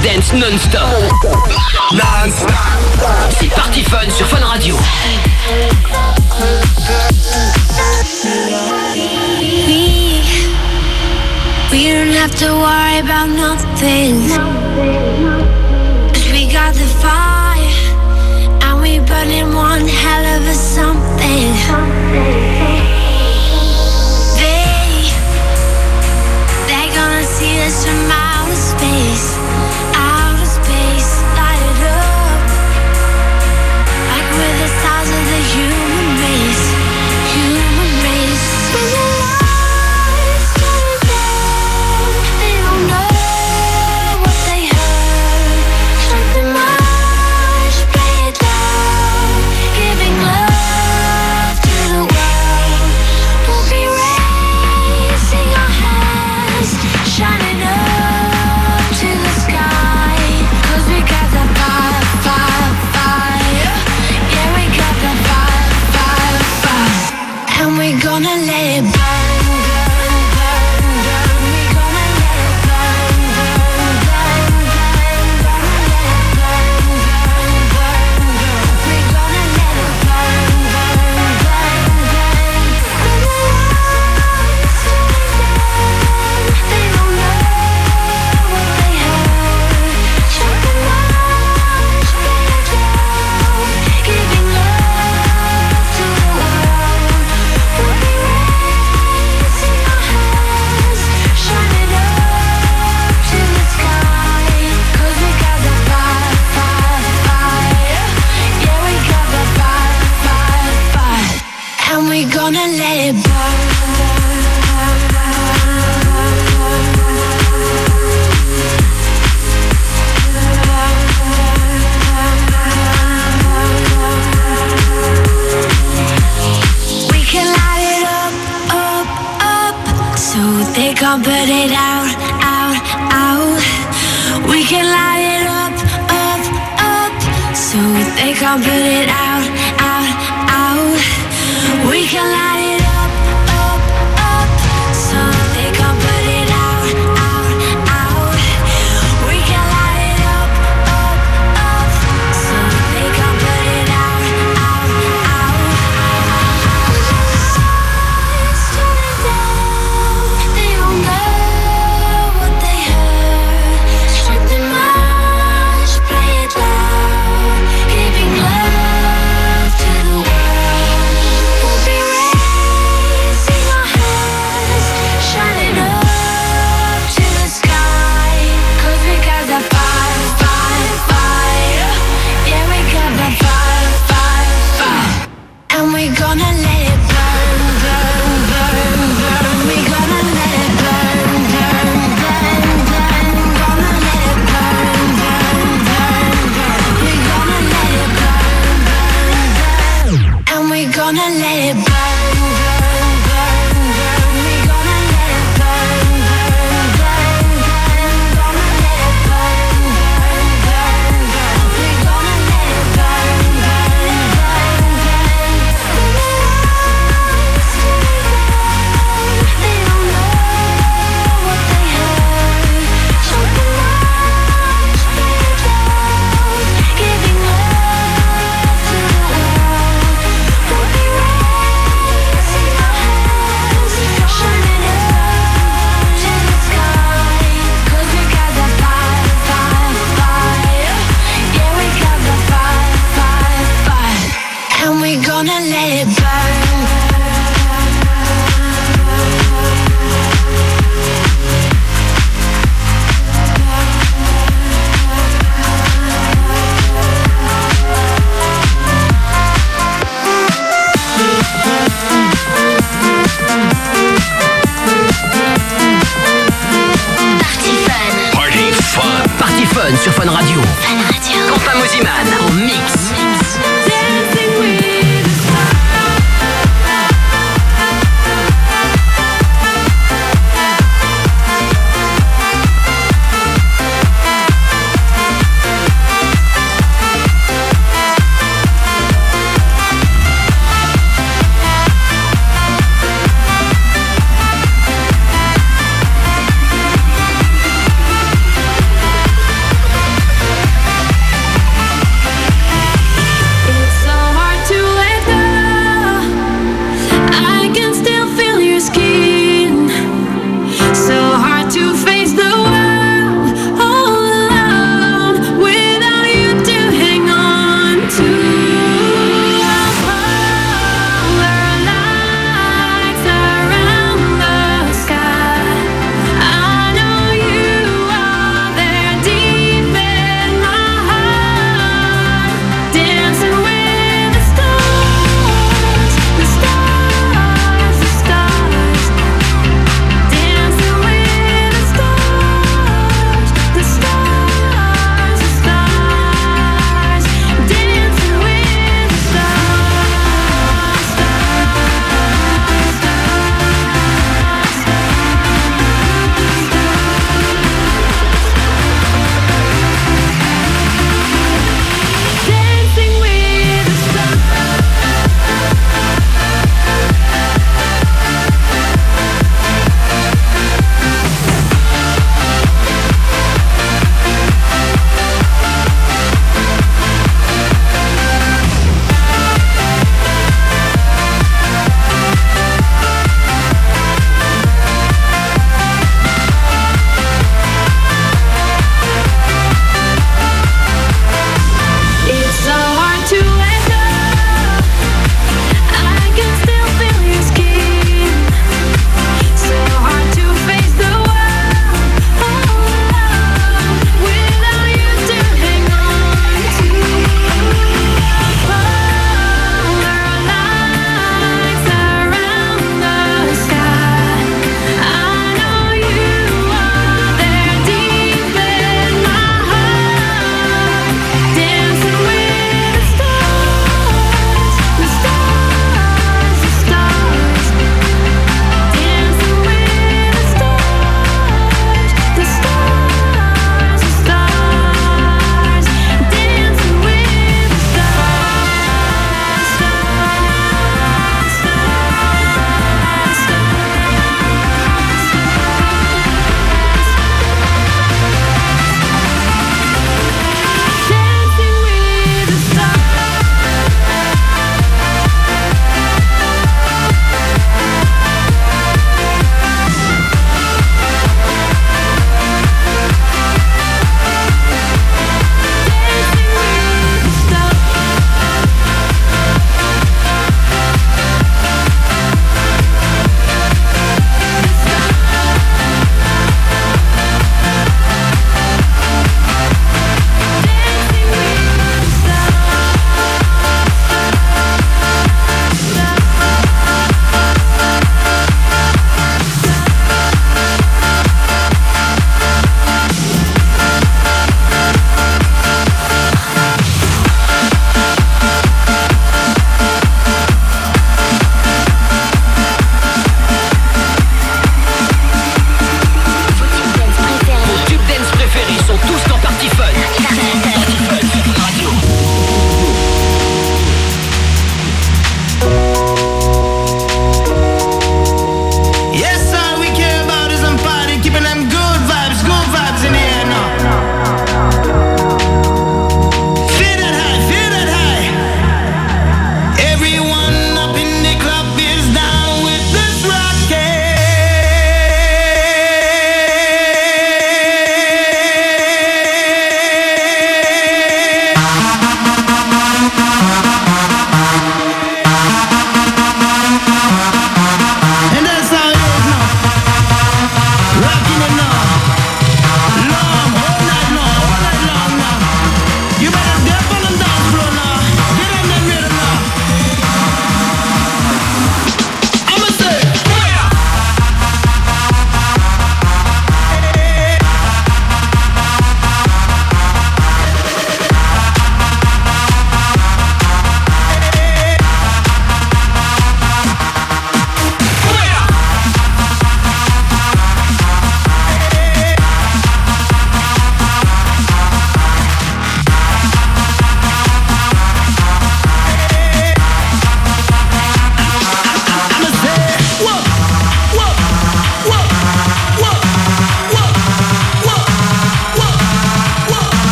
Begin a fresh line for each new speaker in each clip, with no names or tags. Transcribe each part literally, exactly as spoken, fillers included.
dance non-stop. Non-stop. C'est Party Fun sur Fun Radio.
We, we don't have to worry about nothing. Cause we got the fire, and we burning one hell of a something. They, they're gonna see us from outer space. Outer space, light it up. Like we're the stars of the human race. Human race. When the lights turn down, they don't know what they heard. Something much, play it loud. Giving love to the world. We'll be raising our hands, shining up to the sky. Cause we got the fire, fire, fire. Yeah, we got the fire, fire, fire. And we're gonna let it burn, burn, burn, burn. We're gonna let it burn, burn, burn, burn. Gonna let it burn, burn, burn, burn. We're gonna let it burn, burn, burn, burn. When the lights turn down, they don't know what they heard. Something much, play it loud. Giving love to the world. We'll be raising our hands, shining up to the sky. Cause we got the fire, fire, fire. Yeah, we got the fire, fire, fire. And we're gonna let it burn. We can light it up, up, up, so they can't put it out, out, out. We can light it up, up, up, so they can't put it out, out, out. We can light it up, up, up, so they can't put it out, out, out. We can light it up, up, up, so they can't put it out, out, out. Lights turning down, they don't know what they heard. Something much, play it loud. Giving love to the world. We'll be ready.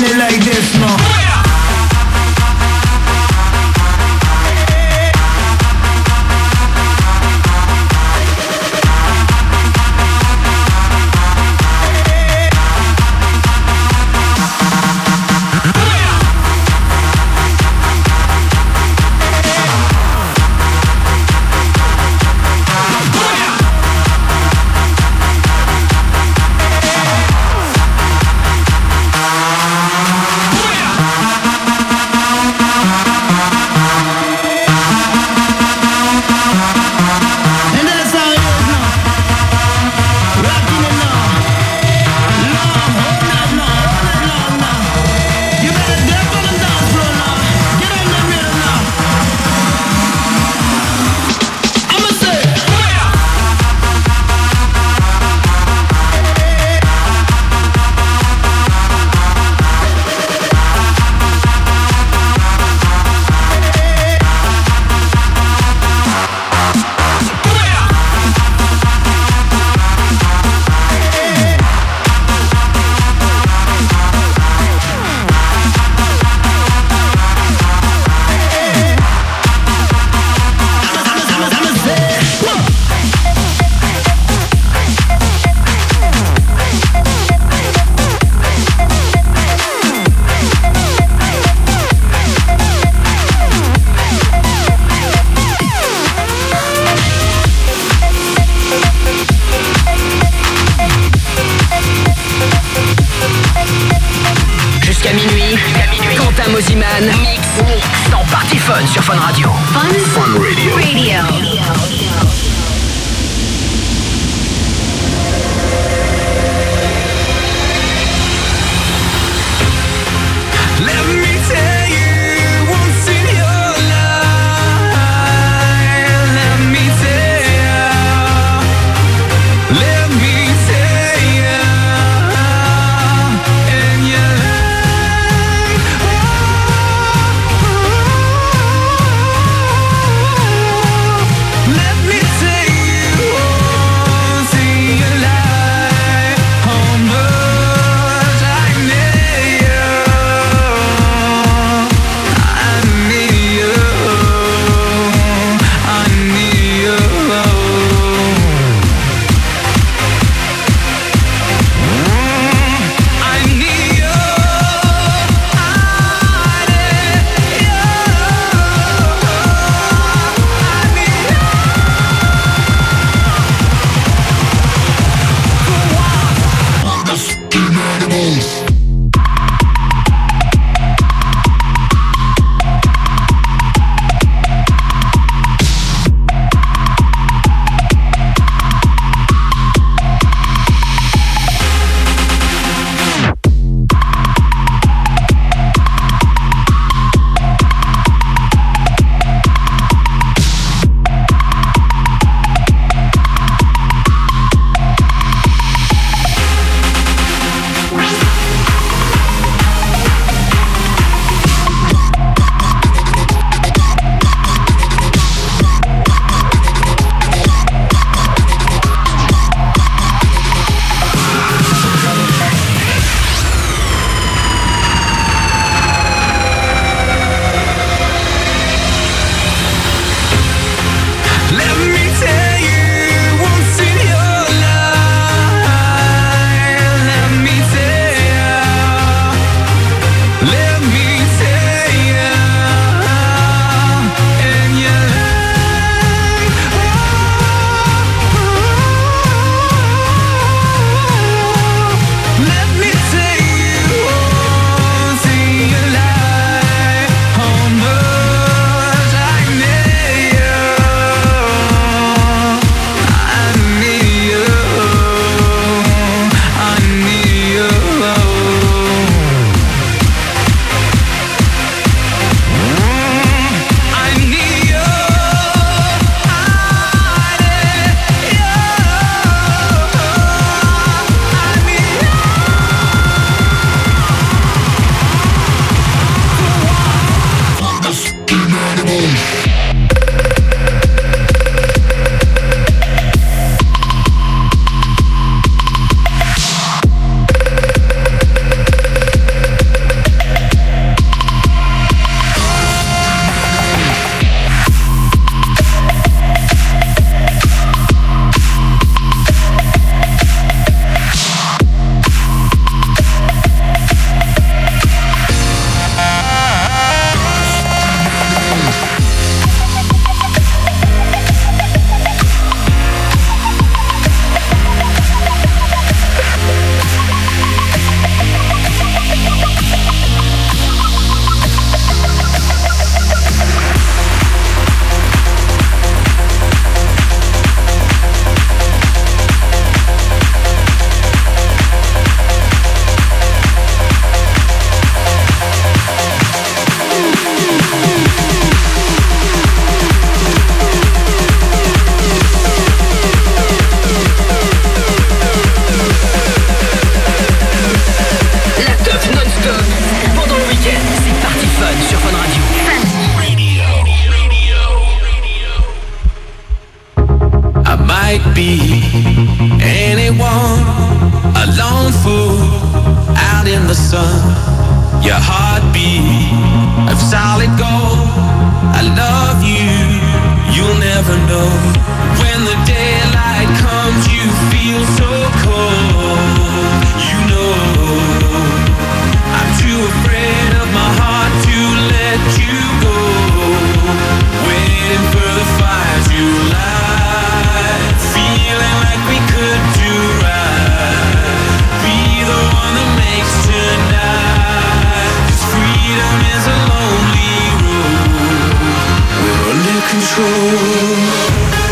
it like this, man.
Sur Fun Radio.
Fun,
Fun Radio.
Radio.
Let me tell you once in your life. Let me tell you. Let me tell you. In your life. Let me tell you once in your life how much I need you. I need you. I need you. I need you. Let me tell you once in your life. Let me tell you. Let me tell you. In your life. Let me tell you once in your life how much I need you. I need you. I need you. I need you. in the sun. Your heartbeat of solid gold. I love you, you'll never know. When the daylight comes, you feel so cold. You know, I'm too afraid of my heart to let you go. Waiting for the fire to light, feeling like we could do right. Be the one that makes tonight. 'Cause freedom is a lonely road. We're under control.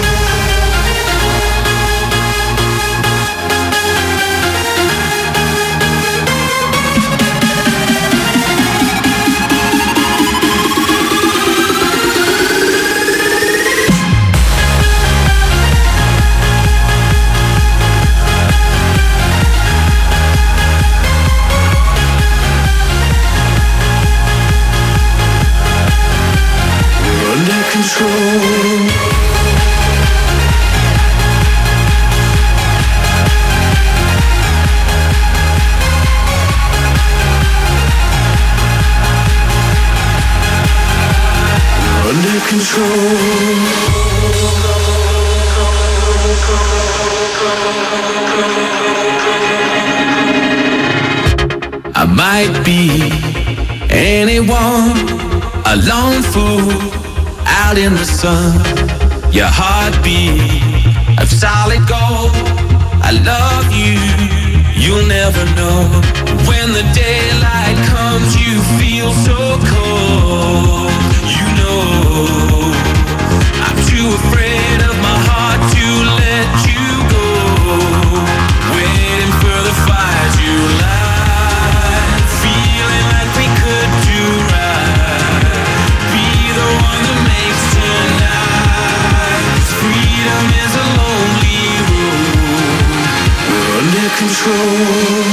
I might be anyone, a lone fool out in the sun. Your heartbeat of solid gold. I love you, you'll never know. When the daylight comes, you feel so cold. You know, I'm too afraid of my heart to let you go. Waiting for the fire to light, feeling like we could do right. Be the one that makes tonight. 'Cause freedom is a lonely road. We're under control.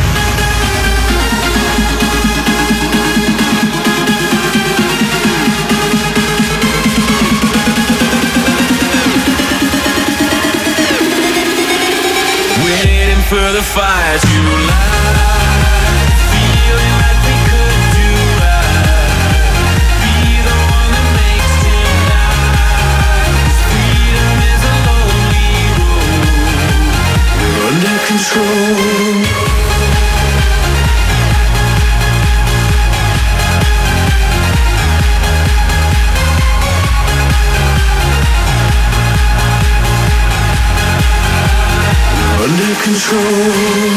For the fire to light, feeling like we could do right. Be the one that makes tonight. 'Cause freedom is a lonely road. We're under control. Under control.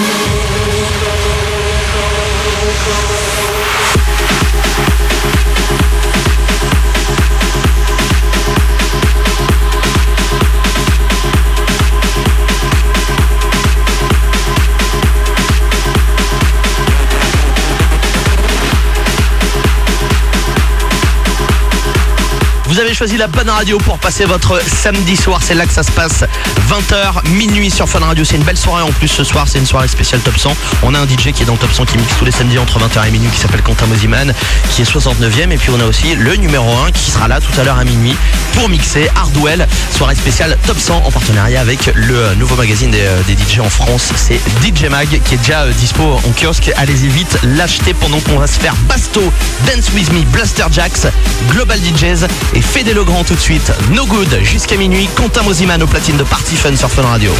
Vous avez choisi la bonne radio pour passer votre samedi soir, c'est là que ça se passe, vingt heures, minuit sur Fun Radio. C'est une belle soirée en plus ce soir, c'est une soirée spéciale Top cent. On a un D J qui est dans Top cent qui mixe tous les samedis entre vingt heures et minuit qui s'appelle Quentin Mosiman, qui est soixante-neuvième. Et puis on a aussi le numéro un qui sera là tout à l'heure à minuit pour mixer Hardwell, soirée spéciale Top cent en partenariat avec le nouveau magazine des, des D J en France. C'est D J Mag qui est déjà dispo en kiosque. Allez-y vite, l'achetez pendant qu'on va se faire Basto, Dance With Me, Blaster Jacks, Global D Js et Fédé Legrand tout de suite. No Good jusqu'à minuit. Quentin Mosiman au platine de Party Fun sur Fun Radio.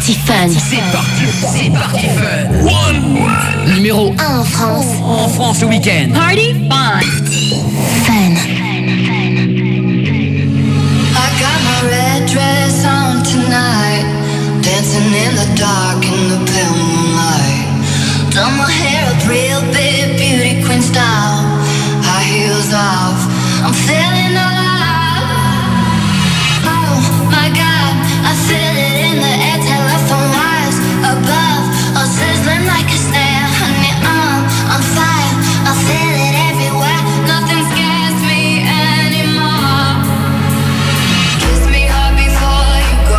Party Fun.
C'est parti, c'est parti fun. One.
Numéro
un en France.
En France le week-end.
Party Fun. Fun.
I got my red dress on tonight, dancing in the dark in the pale moonlight. Done my hair up real big, beauty queen style. High heels off, I'm feeling alive. Oh my God, I feel it in the air, telephone wires above, all sizzling like a snare. Honey, I'm on fire, I feel it everywhere. Nothing scares me anymore. Kiss me hard before you go.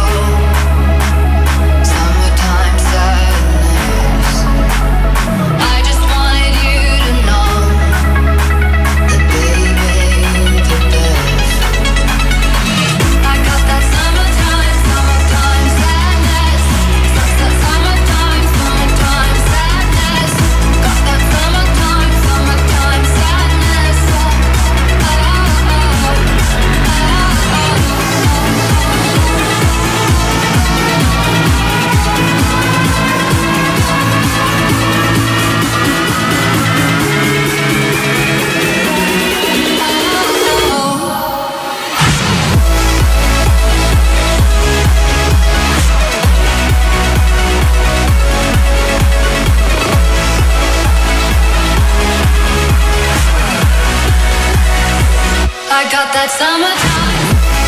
Summertime sadness. I just wanted you to know that baby, the best. I got that summertime, summertime sadness. Summertime, summertime sadness. Got that summertime, summertime sadness. Oh, oh, oh. I got that summertime.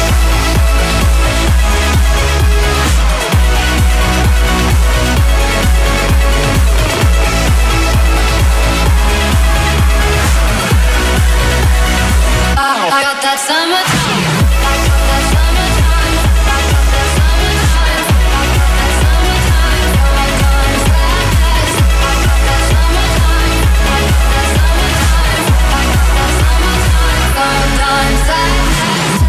I got that summertime. I got that summertime. I got that summertime. I got that summertime. Summertime sadness. I got that summertime. I got that summertime. I got that summertime. Summertime sadness.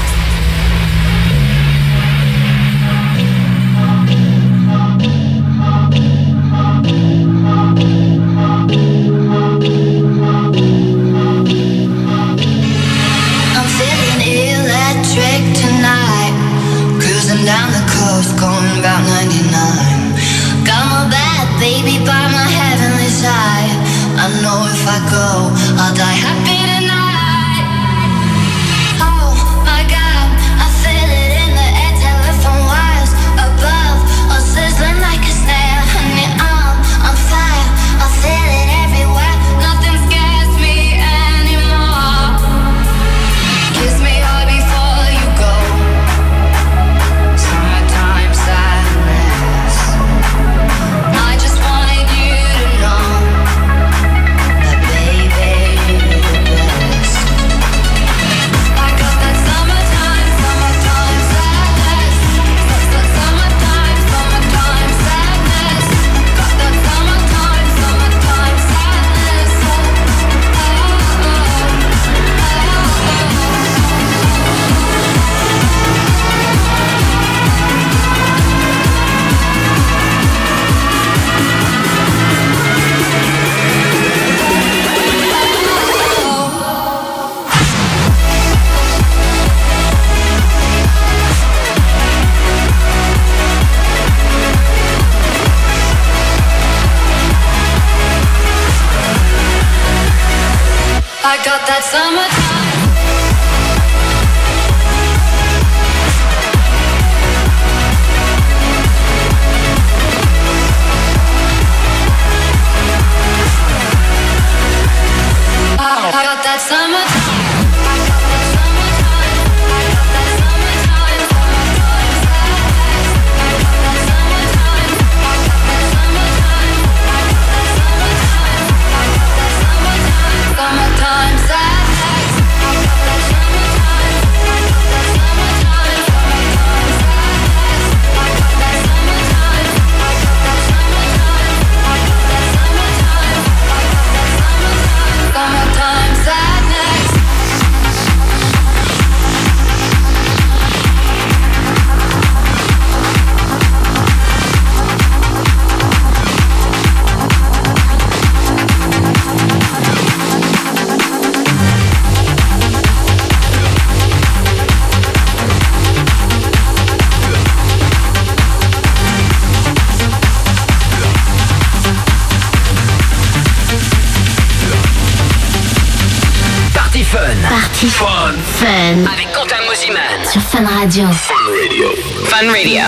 I'm feeling electric tonight, cruising down the coast, going about ninety-nine. Got my bad baby by my heavenly side. I know if I go, I'll die happy tonight. Oh my God, I feel it in the air, telephone wires above, all sizzling like a snare. Honey, I'm on fire, I feel it everywhere. Nothing scares me anymore. Kiss me hard before you go. Summertime sadness. I just wanted you to know that baby, you're the best. I got that summertime, summertime sadness. Summertime, summertime sadness. Got that summertime, summertime sadness. Oh, oh, oh. I got that summertime. I got that summertime. I got that summertime. I got that summertime. Summertime sadness. I got that summertime. I got that summertime. I got that summertime. I got that summertime. Summertime sadness.
party.
Fun.
Fun.
Avec Quentin Mosiman.
Sur Fun Radio.
Fun Radio. Fun Radio.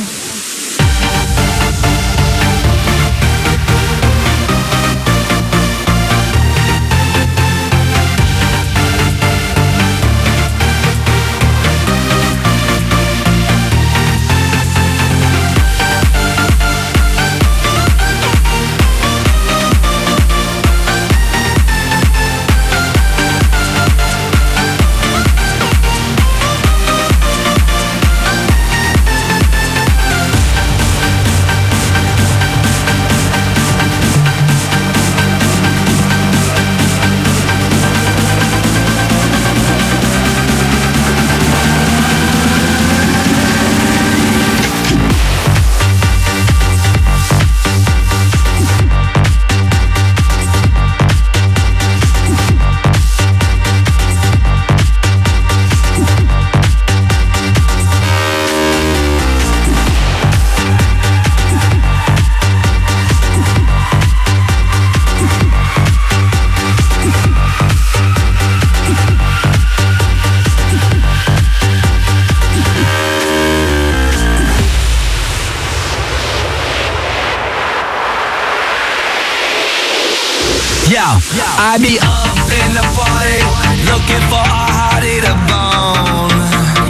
I be up in the party, looking for a hottie to bone.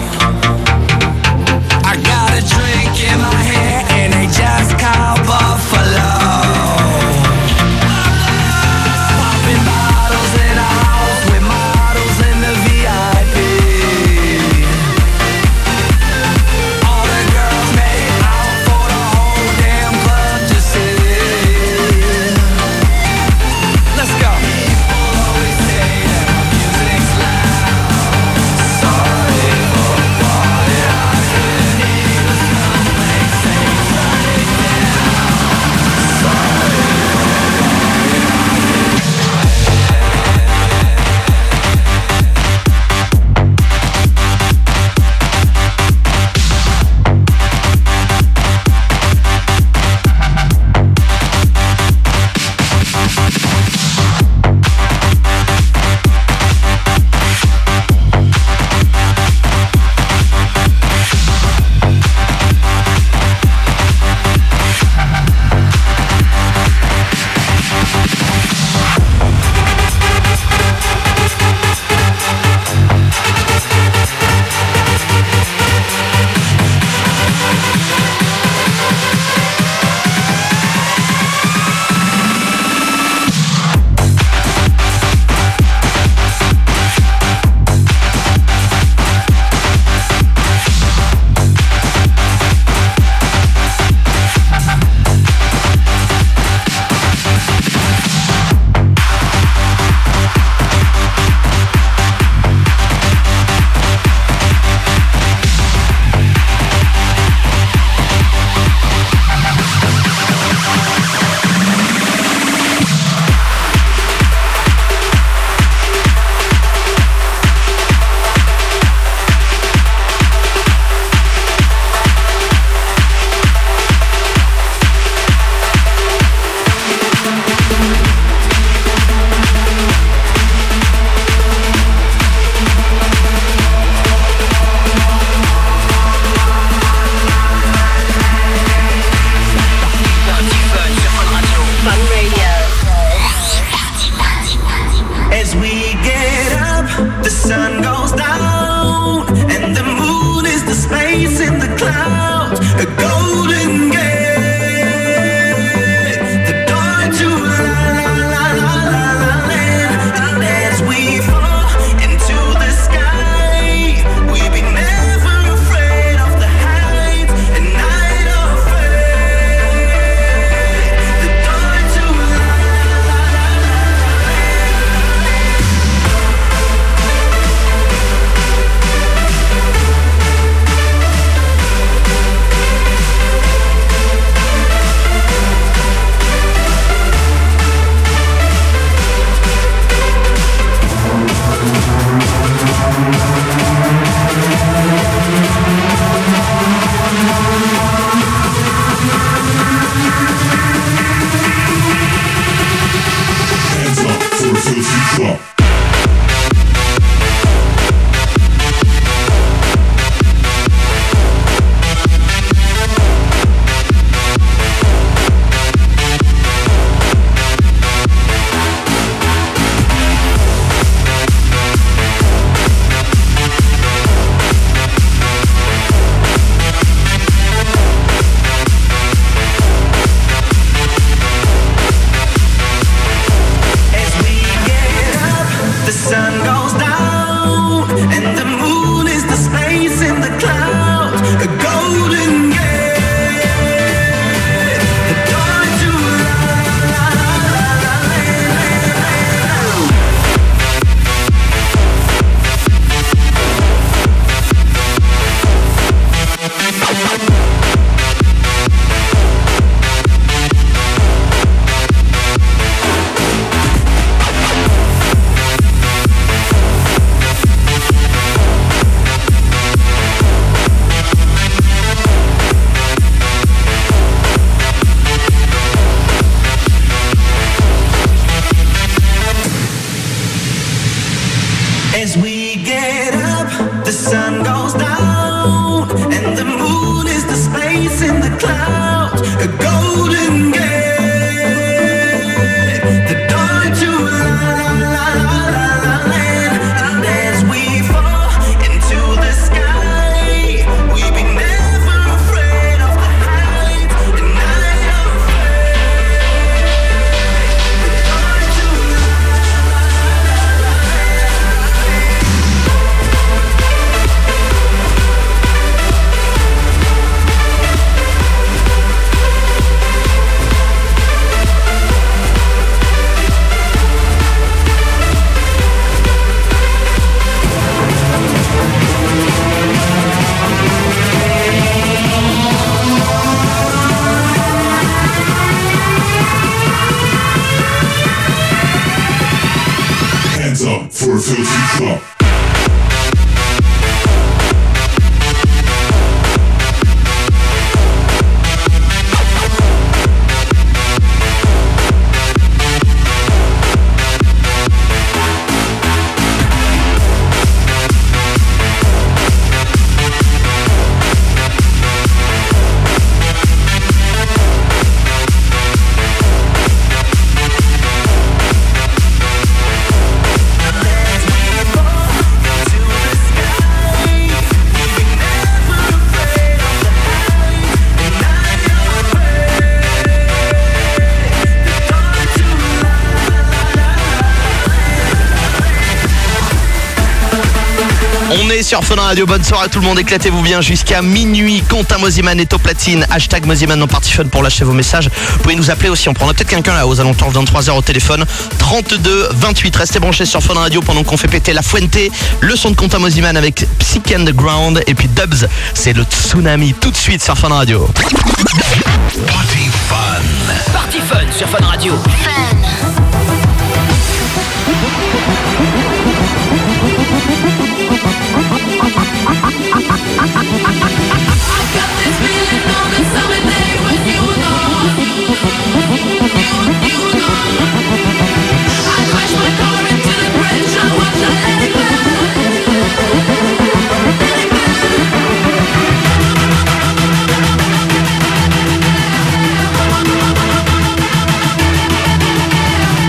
I got a drink in my hand and they just call Buffalo. Popping bottles in a house with models in the V I P. All the girls made out for the whole damn club to see. Let's go. sun goes down and the moon is the space in the clouds, a golden gate, the door to la la la la la land. And as we fall into the sky, we be never afraid of the heights, and I am
Hands up for a filthy drop.
On est sur Fun Radio, bonne soirée à tout le monde, éclatez-vous bien jusqu'à minuit. Quentin Mosiman est au platine, hashtag Mosiman dans Party Fun pour lâcher vos messages. Vous pouvez nous appeler aussi, on prendra peut-être quelqu'un là aux alentours de vingt-trois heures au téléphone. trente-deux vingt-huit, restez branchés sur Fun Radio pendant qu'on fait péter la Fuente. Le son de Quentin Mosiman avec Psych and the Ground et puis Dubs, c'est le tsunami tout de suite sur Fun Radio.
Party Fun. Party Fun sur Fun Radio.
Fun.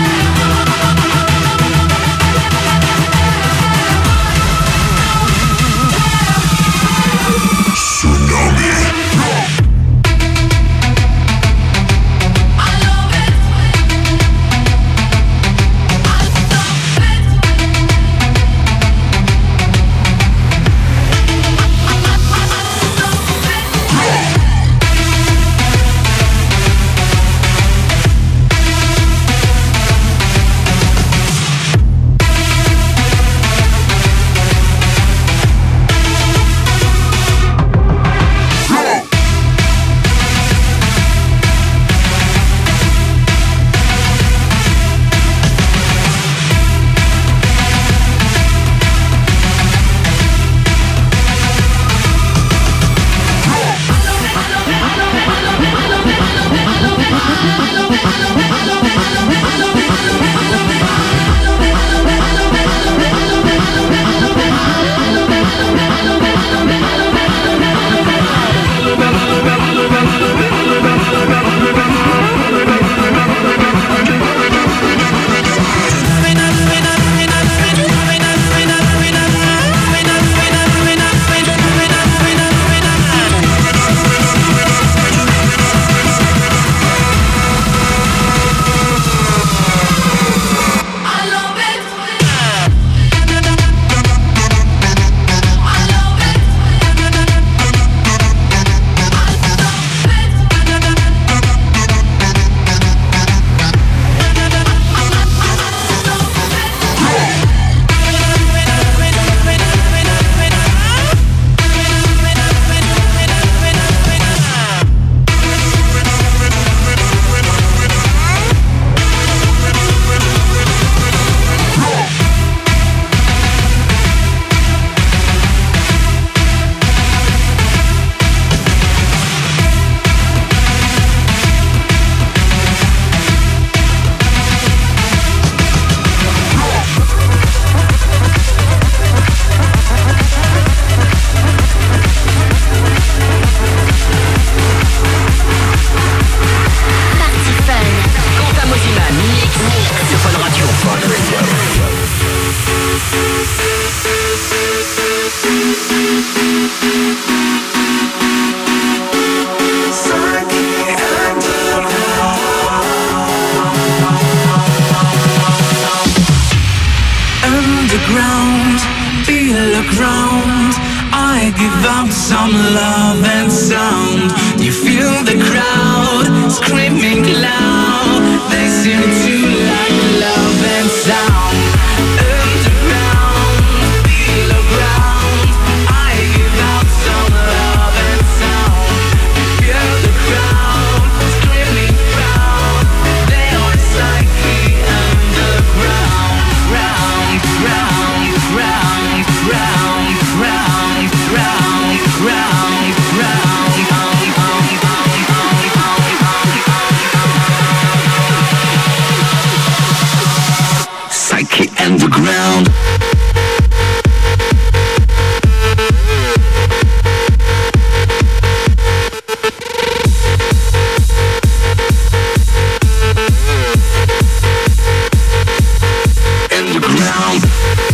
I give out some love and sound. You feel the crowd screaming loud. They seem to like love and sound. Underground, below ground, I give out some love and sound. You feel the crowd screaming proud. They are psyche underground, round, round, round, round, round, round, round, round, Psyche underground. Underground.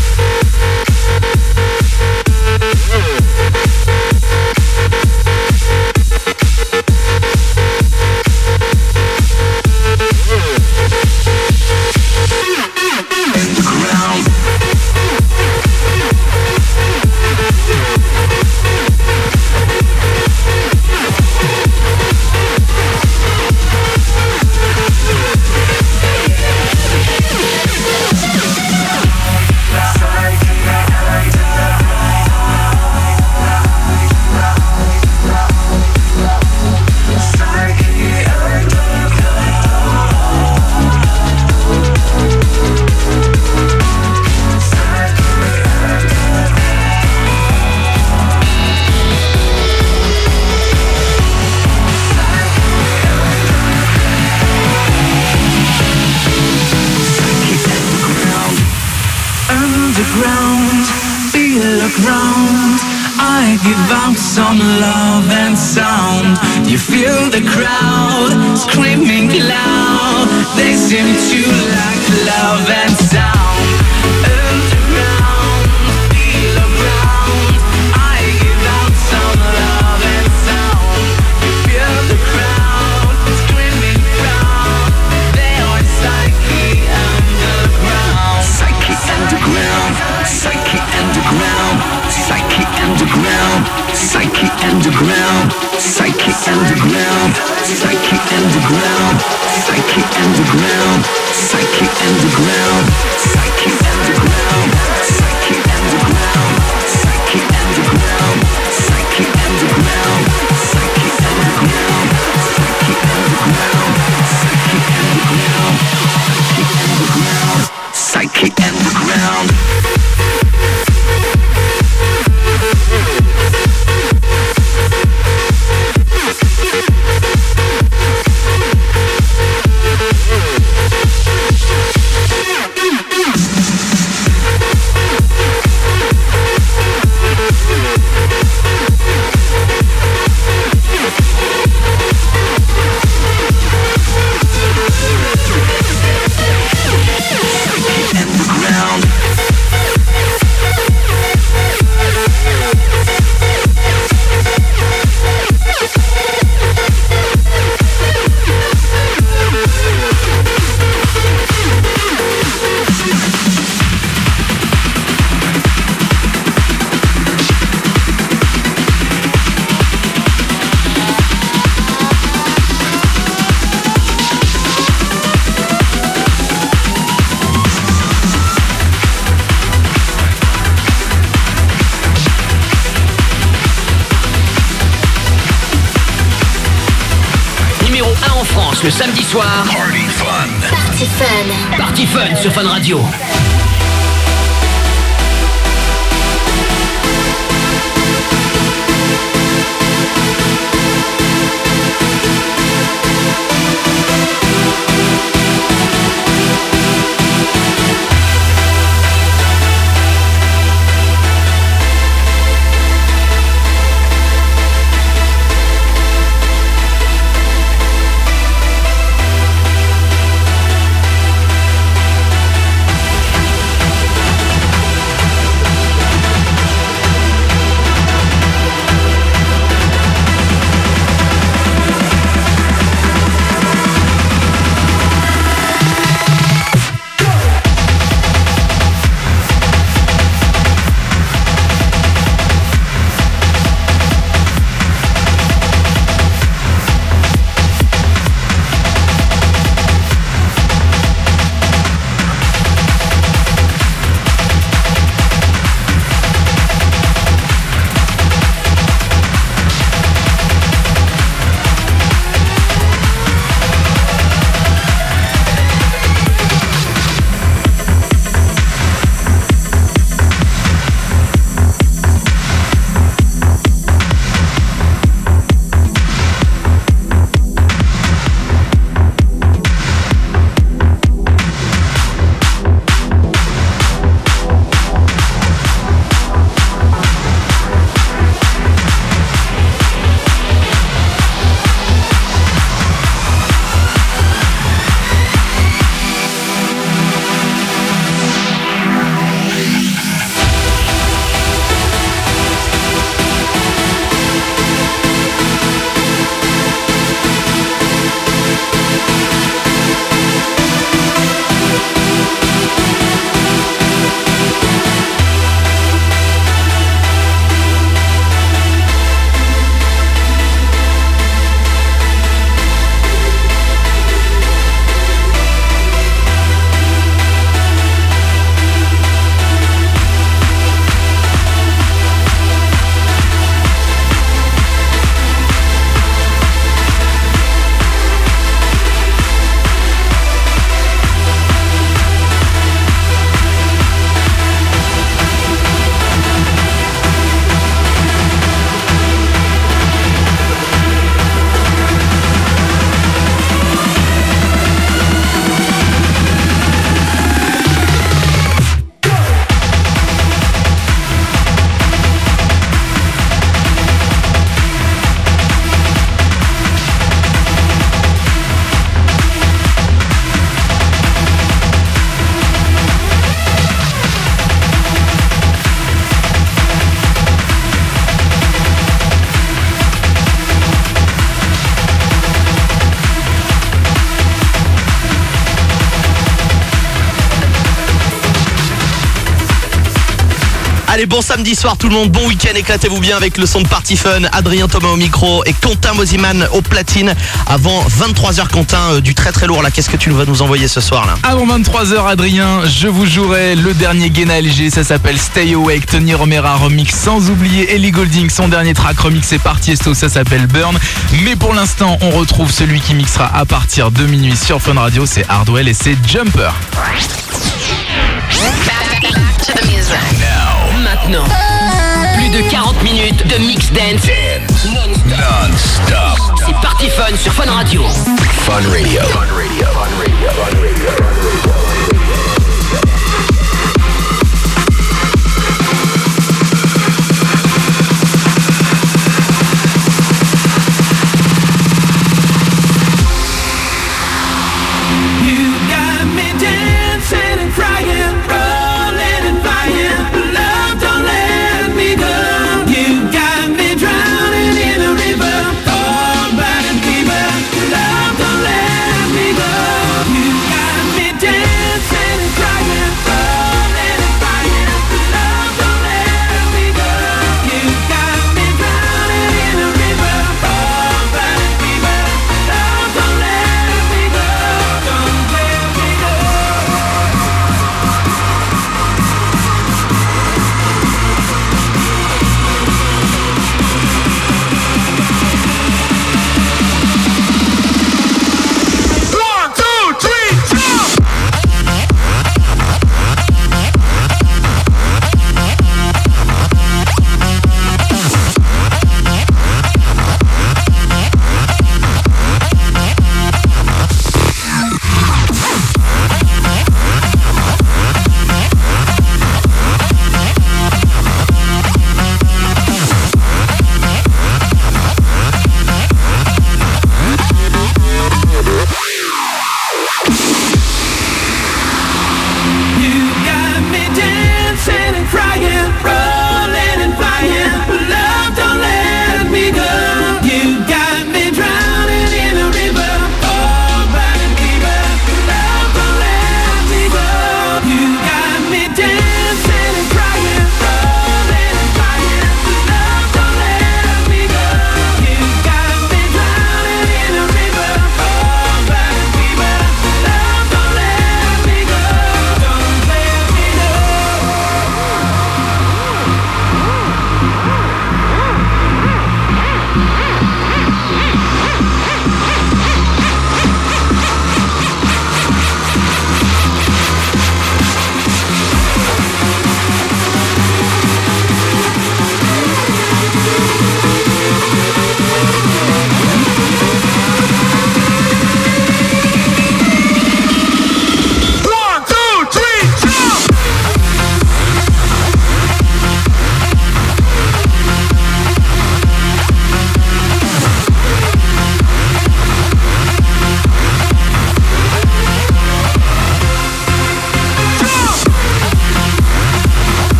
Underground, feel around. I give out some love and sound. You feel the crowd screaming loud. They seem to like love and sound. Underground, feel around. I give out some love and sound. You feel the crowd screaming proud. They are psyche underground. Psyche underground. Psyche underground. Psyche underground. Psyche underground. Psyche underground. Psyche underground. Psyche underground. Psyche underground. Psyche underground. Psyche underground. Psyche underground. Psyche underground. Psyche underground. Psyche underground. Psyche underground. Psyche underground. Psyche underground.
Le samedi soir, Party Fun.
Party Fun.
Party Fun sur Fun Radio.
Allez, bon samedi soir tout le monde, bon week-end, éclatez-vous bien avec le son de Party Fun. Adrien Thomas au micro et Quentin Mosiman au platine. Avant vingt-trois heures, Quentin, euh, du très très lourd là, qu'est-ce que tu vas nous envoyer ce soir là?
Avant vingt-trois heures, Adrien, je vous jouerai le dernier Guena L G, ça s'appelle Stay Awake, Tony Romera remix, sans oublier Ellie Goulding, son dernier track remixé par Tiesto, ça s'appelle Burn. Mais pour l'instant, on retrouve celui qui mixera à partir de minuit sur Fun Radio, c'est Hardwell et c'est Jumper.
Maintenant, plus de quarante minutes de mix dance non-stop. C'est Party Fun sur Fun Radio. Fun Radio. Fun Radio. Fun Radio. Fun Radio.
Dance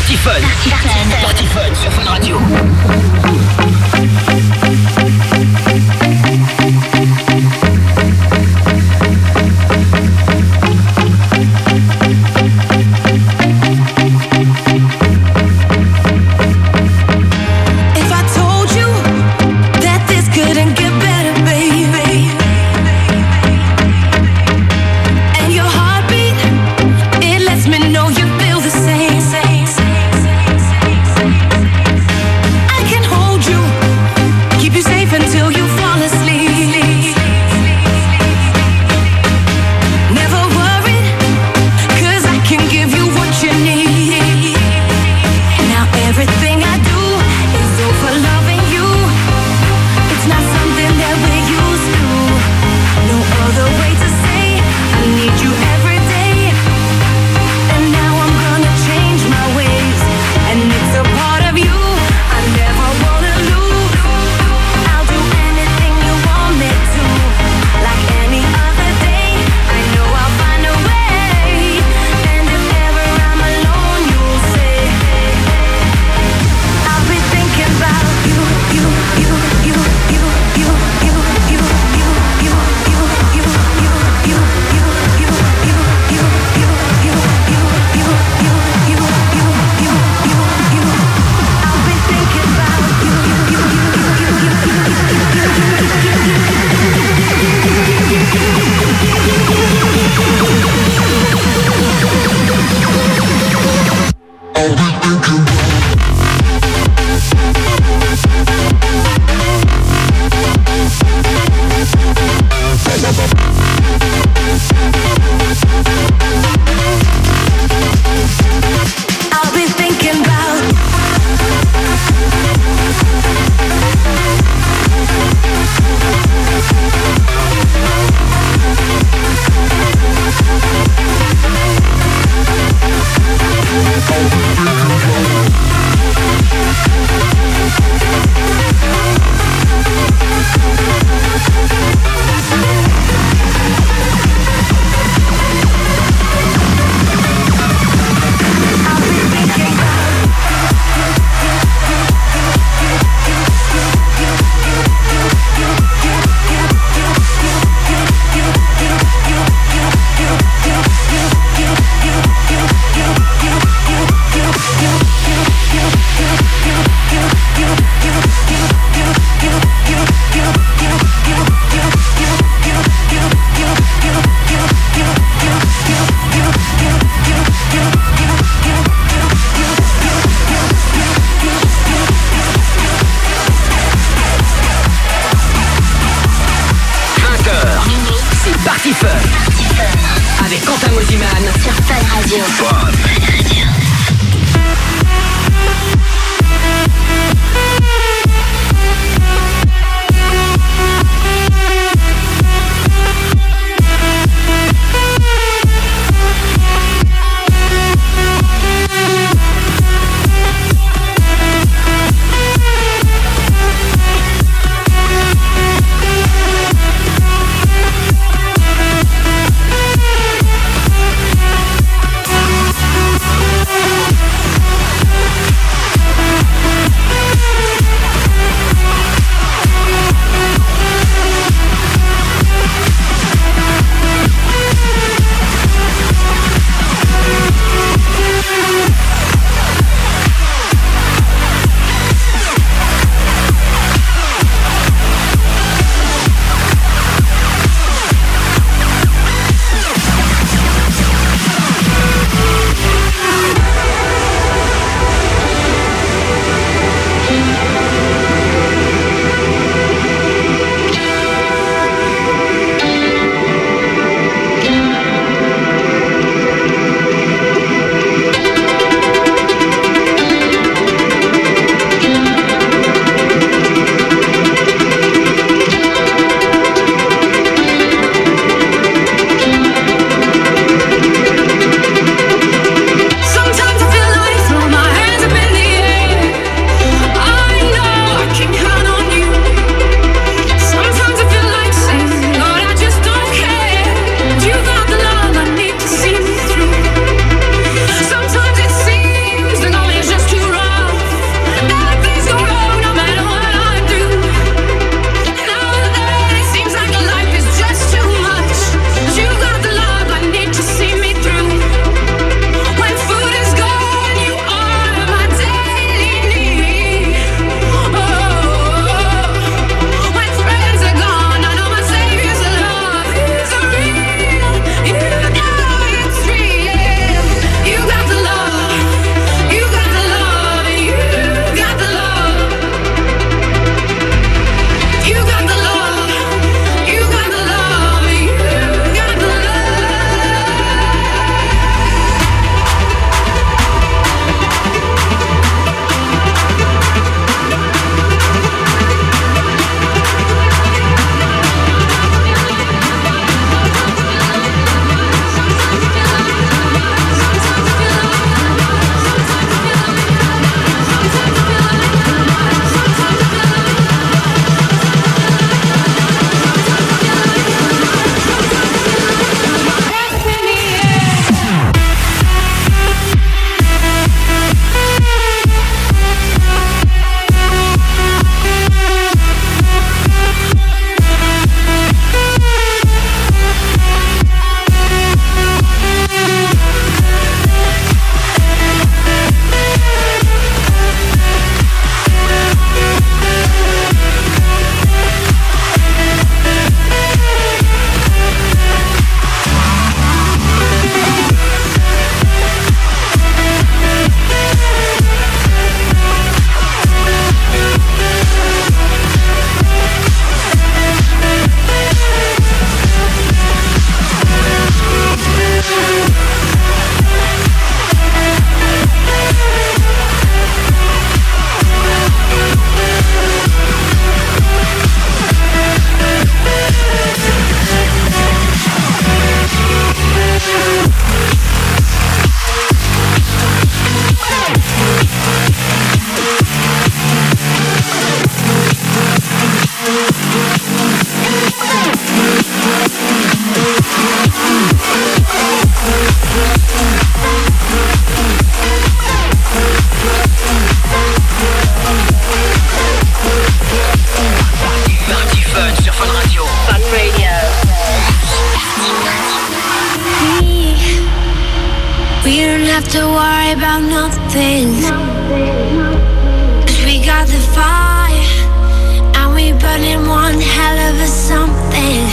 Party Fun.
Party Fun.
Party Fun sur Fun Radio.
have to worry about nothing. 'Cause we got the fire, and we burning one hell of a something.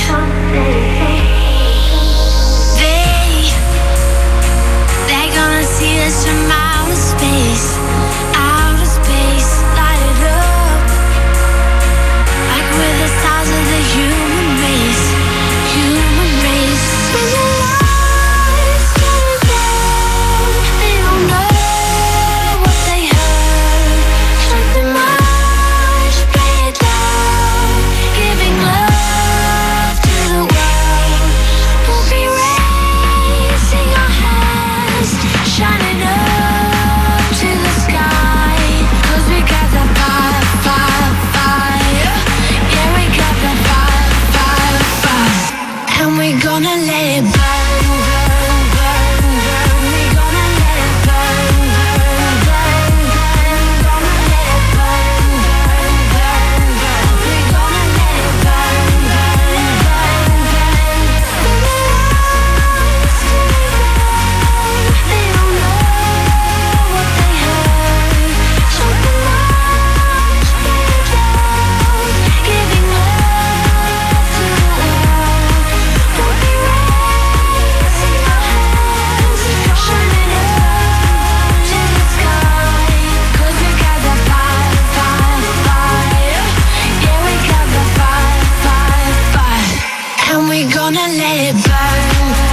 They, they're gonna see us from outer space, outer space, light it up, like we're the stars of the human race, human race. When the lights get down, they don't know what they heard. Something much better, giving love to the world. We'll be raising our hands, shining up to the sky. 'Cause we got the fire, fire, fire. Yeah, we got the fire, fire, fire. And we're gonna let it burn, burn, burn, burn. We're gonna let it burn, burn, burn, burn. Gonna let it burn, burn, burn, burn. We're gonna let it burn, burn, burn, burn. When the lights turn down, they don't know what they heard. Something much better, giving love to the world. We'll be raising our hands, shining up to the sky. 'Cause we got the fire, fire, fire. Yeah, we got the fire, fire, fire. And we're gonna let it burn.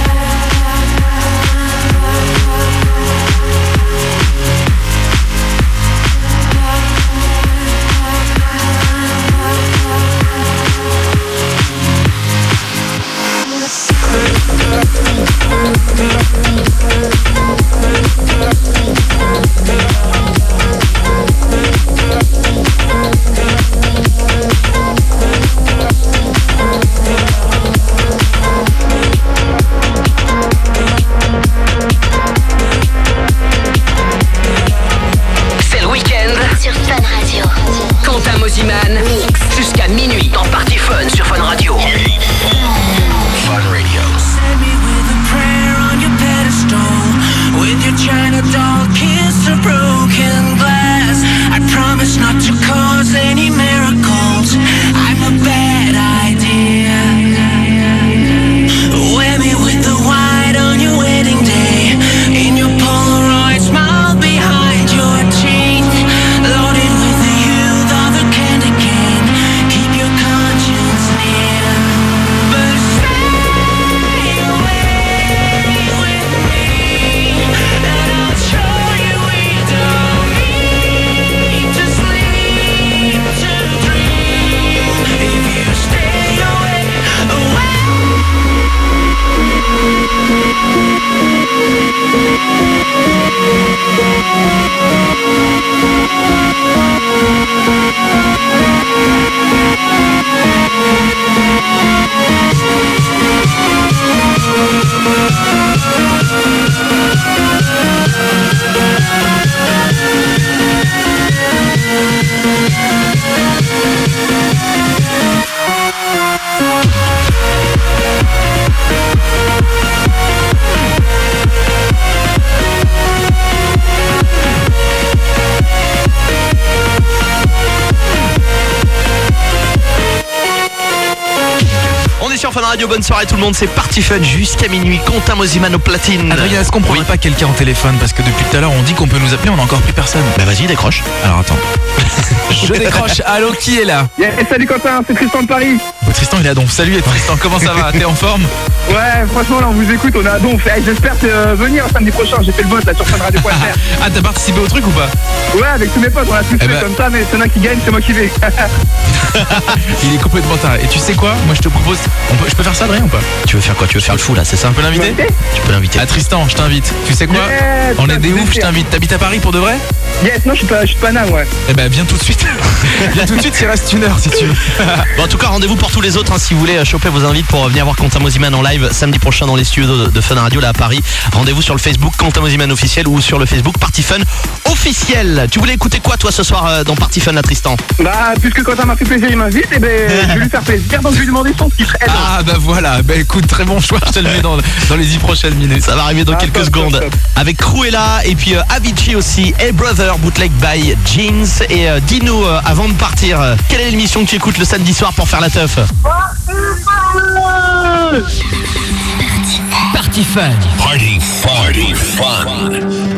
C'est le week-end.
Sur Fun Radio.
Quentin Mosiman. Jusqu'à minuit dans Party Fun sur Fun Radio. Fun Radio.
Send me with a prayer on your pedestal, with your China doll kiss of broken glass. I promise not to cause any miracles. I'm a bad idea. Wear me with the white on your wedding day, in your Polaroid smile behind your teeth, loaded with the youth of a candy cane. Keep your conscience near, but stay away with me, and I'll show you we don't need to sleep to dream. If you stay away, away.
On est sur Fun Radio, bonne soirée tout le monde, c'est Party Fun jusqu'à minuit. Quentin Mosiman au platine.
Adrien, est-ce qu'on prendrait
Oui.
pas quelqu'un au téléphone? Parce que depuis tout à l'heure, on dit qu'on peut nous appeler, on a encore plus personne.
Bah vas-y, décroche.
Alors attends. Je décroche. Allô, qui est là?
Yeah, salut Quentin, c'est Tristan de Paris.
Oh, Tristan, il est à Donf. Salut Tristan, comment ça va? T'es en forme?
Ouais, franchement là on vous écoute, on est à Donf. Hey, j'espère euh, venir samedi prochain, j'ai fait le vote là sur funradio point f r.
Ah, t'as participé au truc ou pas?
Ouais, avec tous mes potes, on a tous
Eh
fait
ben-
comme ça, mais c'est là qui gagne, c'est moi qui vais.
Il est complètement taré. Et tu sais quoi? Moi, je te propose. On peut, je peux faire ça, Adrien, ou pas?
Tu veux faire quoi? Tu veux faire le fou là, c'est ça?
On peut l'inviter?
Tu peux l'inviter.
Ah, Tristan, je t'invite. Tu sais quoi?
Yeah,
On
putain,
est des
c'est
ouf, je
super.
t'invite. T'habites à Paris pour de vrai?
Yes, non, je suis pas, je suis pas nain, ouais.
Eh ben, viens tout de suite. Viens tout de suite, il reste une heure si tu veux.
Bon, en tout cas, rendez-vous pour tous les autres hein, si vous voulez euh, choper vos invites pour euh, venir voir Quentin Mosiman en live samedi prochain dans les studios de, de Fun Radio là à Paris. Rendez-vous sur le Facebook Quentin Mosiman officiel ou sur le Facebook Party Fun officiel. Tu voulais écouter quoi toi ce soir euh, dans Party Fun là, Tristan?
Bah, puisque Quentin m'a fait plaisir, il m'invite, et ben je vais lui faire plaisir, donc je vais lui demander son titre. Elle
Ah,
Ah bah voilà, bah écoute, très bon choix, je te le mets dans, dans les dix prochaines minutes.
Ça va arriver dans
Ah,
quelques
top,
secondes.
top, top.
Avec Cruella et puis euh, Avicii aussi. Hey Brother, bootleg by Jeans. Et euh, dis-nous, euh, avant de partir, euh, quelle est l'émission que tu écoutes le samedi soir pour faire la teuf?
Party Fun.
Party, party, fun.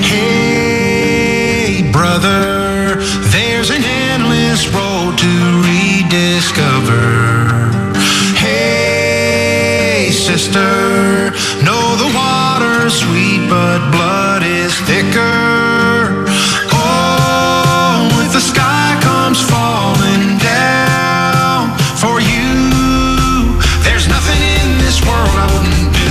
Hey, brother, there's an endless road to rediscover. Hey, sister, know the water's sweet, but blood is thicker. Oh, if the sky comes falling down for you, there's nothing in this world I wouldn't do.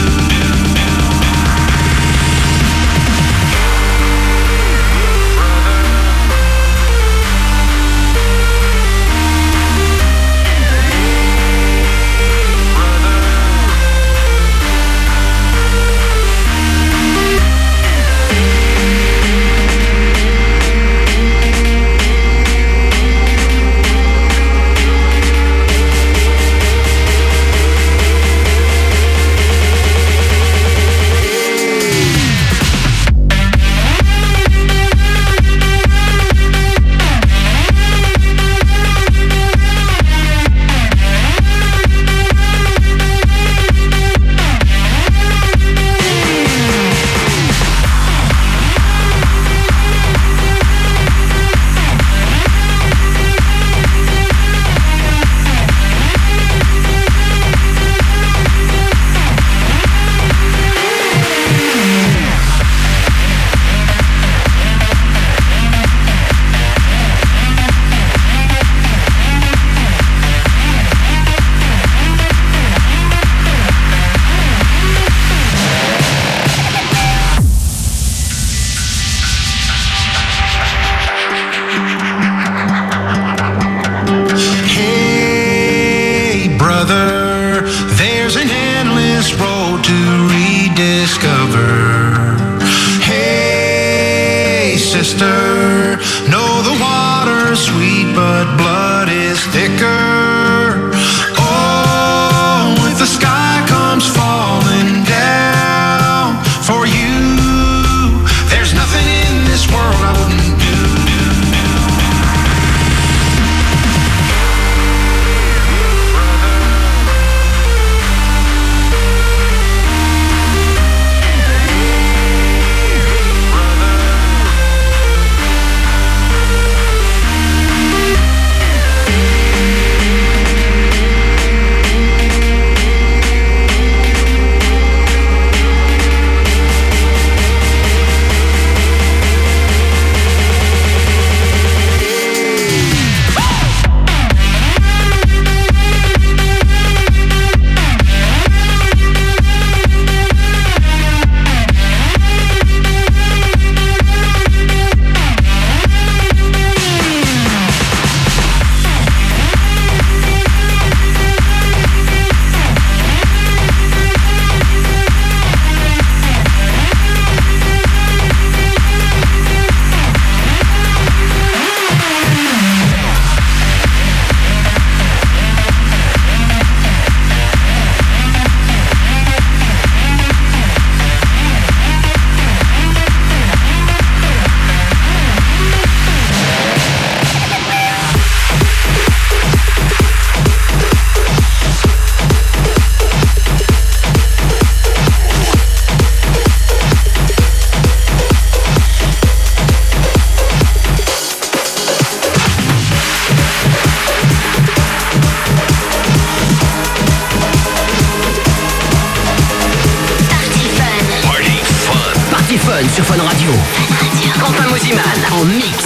Sur Fun Radio. Quentin Mosiman en mix.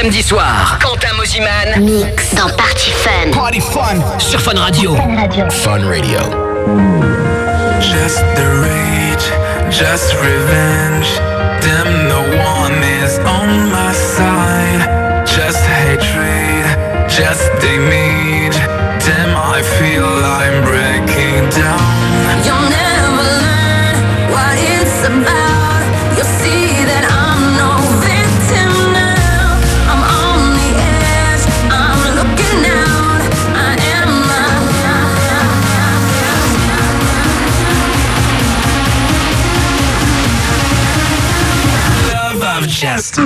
samedi soir. Quentin Mosiman
Mix dans Party Fun.
Party Fun sur Fun Radio.
Fun Radio.
Fun Radio.
Just the rage, just revenge. Damn, no one is on my side. Just hatred, just damage. Damn, I feel I'm breaking down.
You'll never learn what it's about. You'll see that I'm no victim now. I'm on the edge, I'm looking out. I am
Love, I've just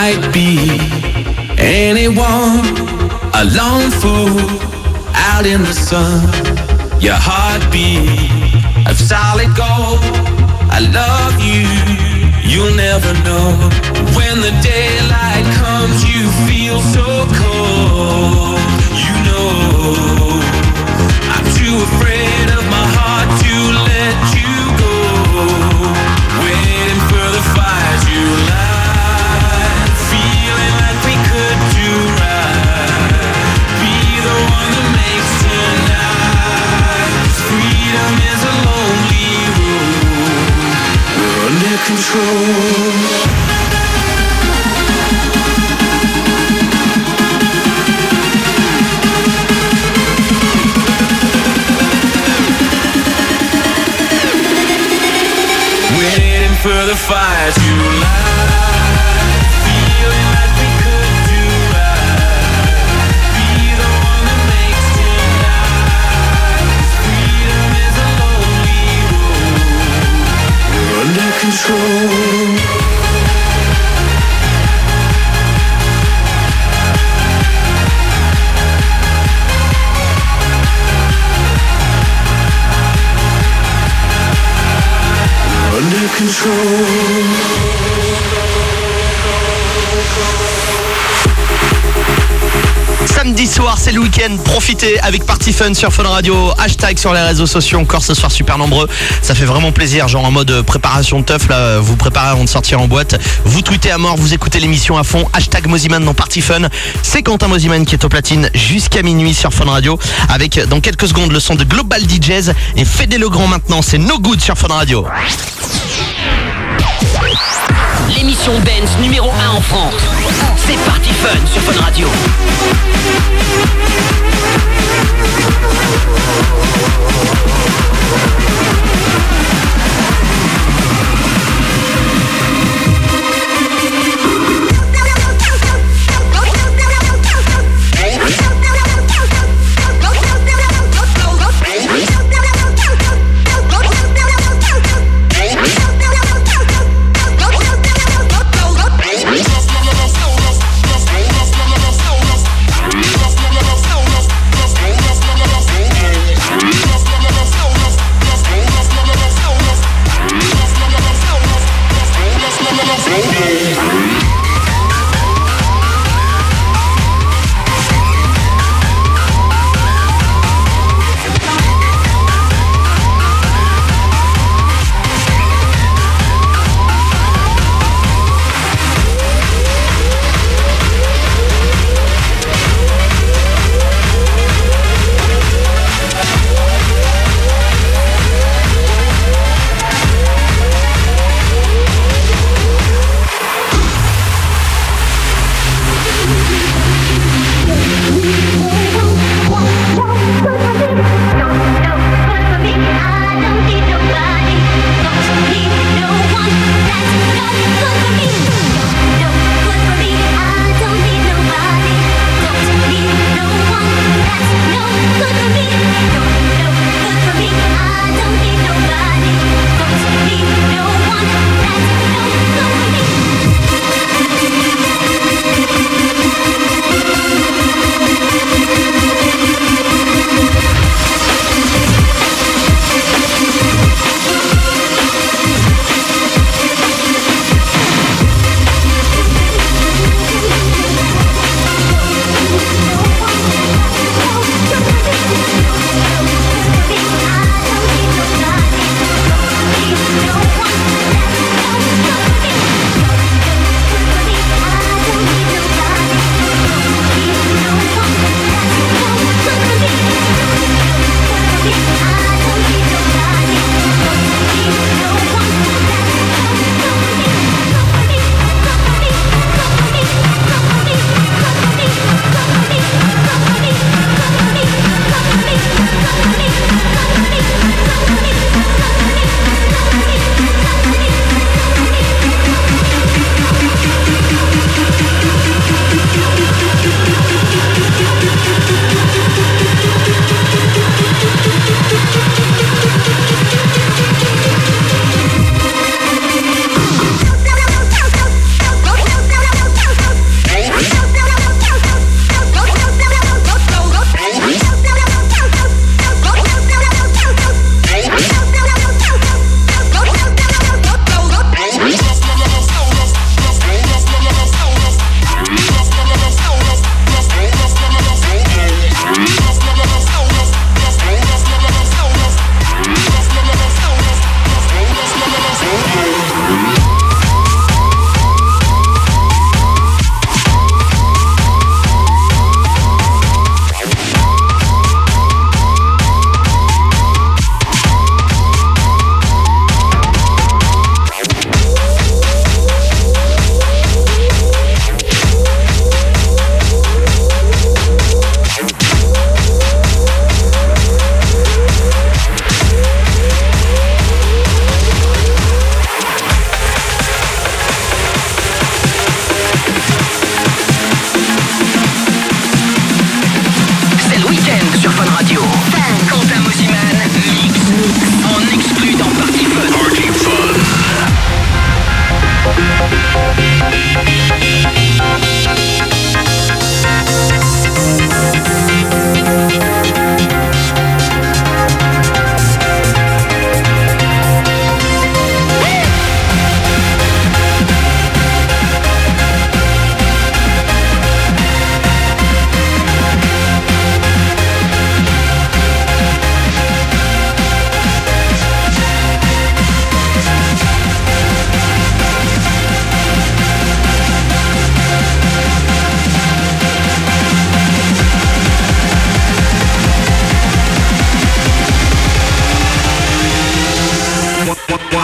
might be anyone, a lone fool out in the sun. Your heartbeat of solid gold. I love you, you'll never know. When the daylight comes, you feel so cold. You know, I'm too afraid of my heart to let you go. Waiting for the fire to light, feeling like we could do right. Be the one that makes tonight. 'Cause freedom is a lonely road. We're under control. For the fire to light, feeling like we could do right. Be the one that makes tonight. 'Cause freedom is a lonely road. We're under control. Under control.
Samedi soir, c'est le week-end. Profitez avec Party Fun sur Fun Radio. Hashtag sur les réseaux sociaux. Encore ce soir, super nombreux. Ça fait vraiment plaisir. Genre en mode préparation de teuf. Là, vous préparez avant de sortir en boîte. Vous tweetez à mort. Vous écoutez l'émission à fond. Hashtag Moziman dans Party Fun. C'est Quentin Moziman qui est au platine jusqu'à minuit sur Fun Radio. Avec dans quelques secondes le son de Global D Js. Et Fédé Legrand maintenant. C'est No Good sur Fun Radio.
L'émission dance numéro un en France. C'est Party Fun sur Fun Radio.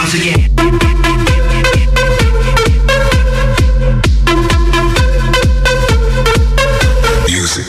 Once again.
Music.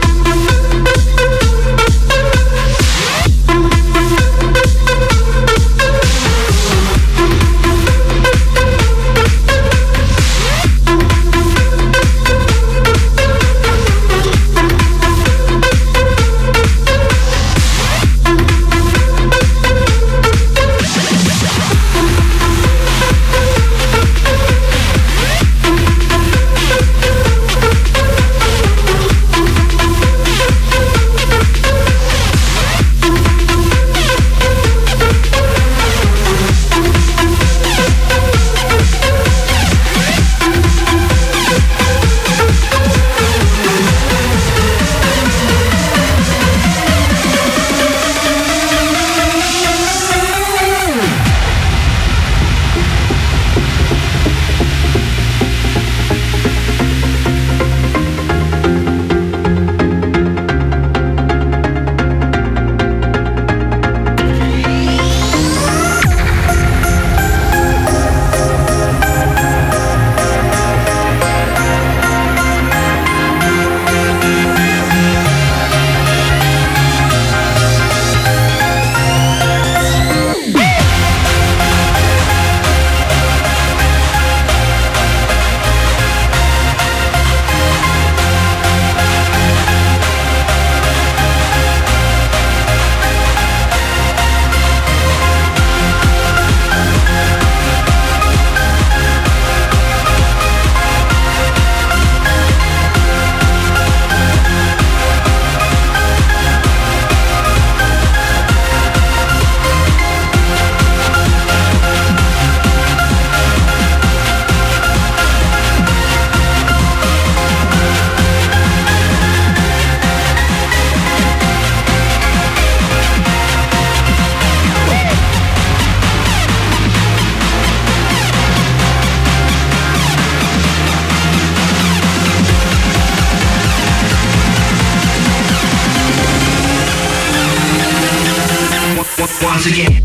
Once again.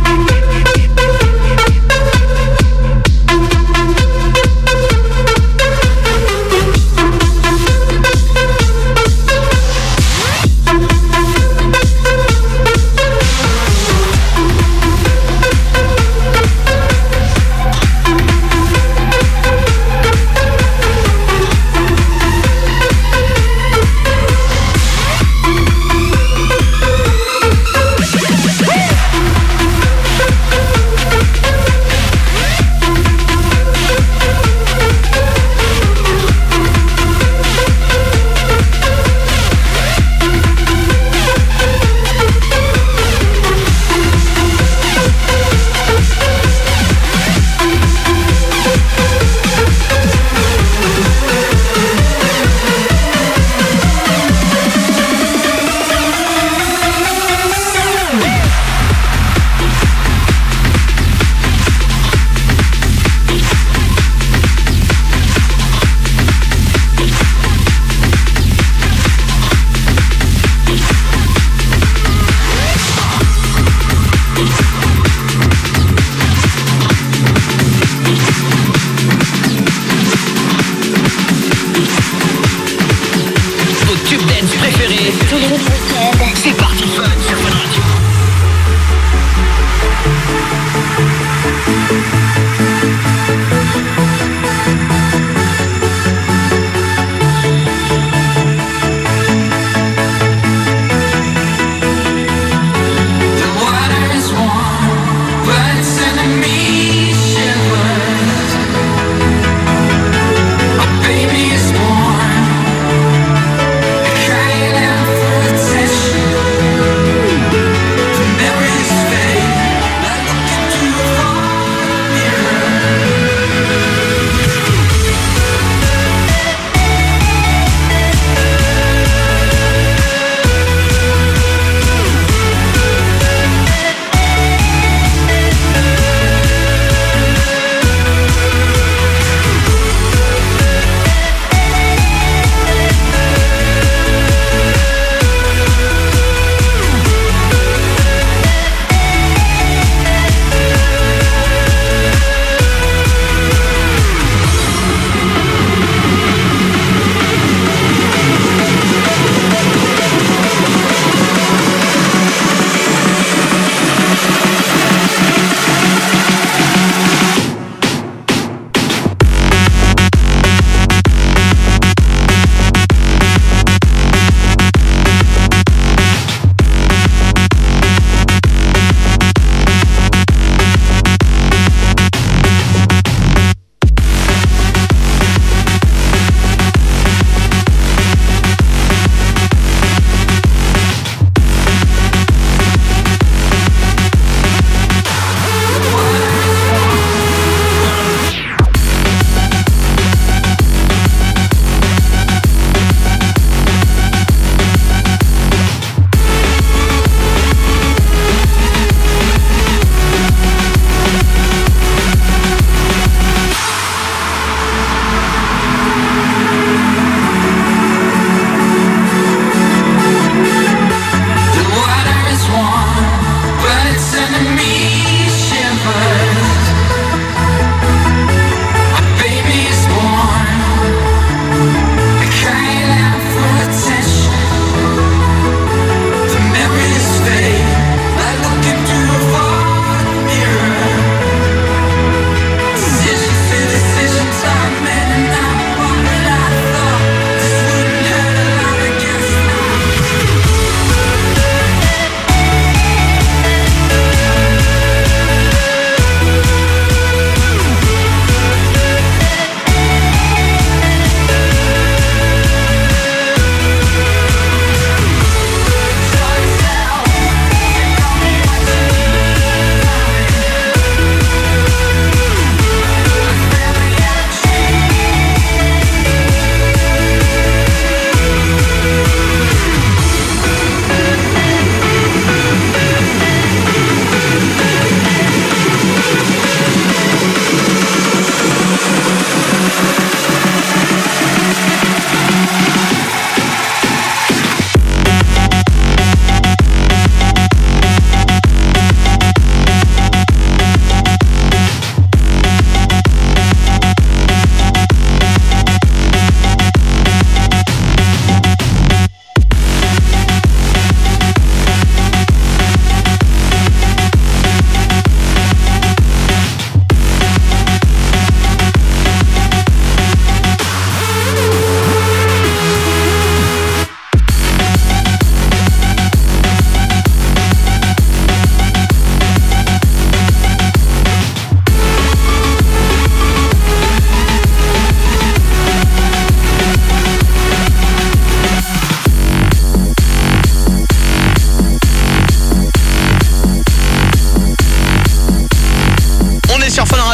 C'est parti fun sur Fun Radio.
Crying out for attention.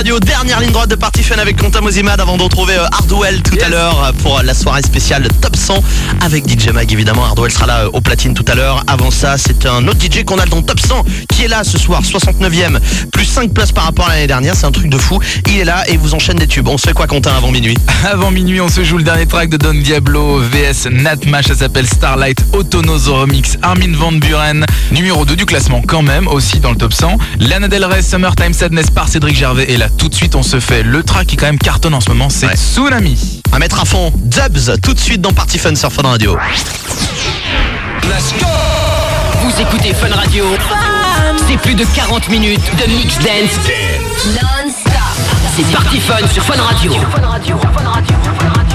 Radio. Dernière ligne droite de Party Fun avec Quentin Mosiman avant de retrouver euh, Hardwell tout yes. à l'heure pour la soirée spéciale Top cent avec D J Mag évidemment. Hardwell sera là euh, au platine tout à l'heure. Avant ça, c'est un autre D J qu'on a dans Top cent qui est là ce soir, soixante-neuvième, plus cinq places par rapport à l'année dernière. C'est un truc de fou. Il est là et vous enchaîne des tubes. On se fait quoi, Quentin, avant minuit?
Avant minuit, on se joue le dernier track de Don Diablo V S Natmash. Ça s'appelle Starlight Autonozo Remix. Armin van Buren, numéro deux du classement quand même, aussi dans le top cent. Lana Del Rey, Summertime Sadness par Cédric Gervais. Et là, tout de suite, on se fait le track qui quand même cartonne en ce moment, c'est ouais. Tsunami.
À mettre à fond, Dubs, tout de suite dans Party Fun sur Fun Radio.
Let's go! Vous écoutez Fun Radio. Fun. C'est plus de quarante minutes de mix dance. Non-stop. C'est Party Fun sur Fun Radio. Fun Radio, Fun Radio, Fun Radio.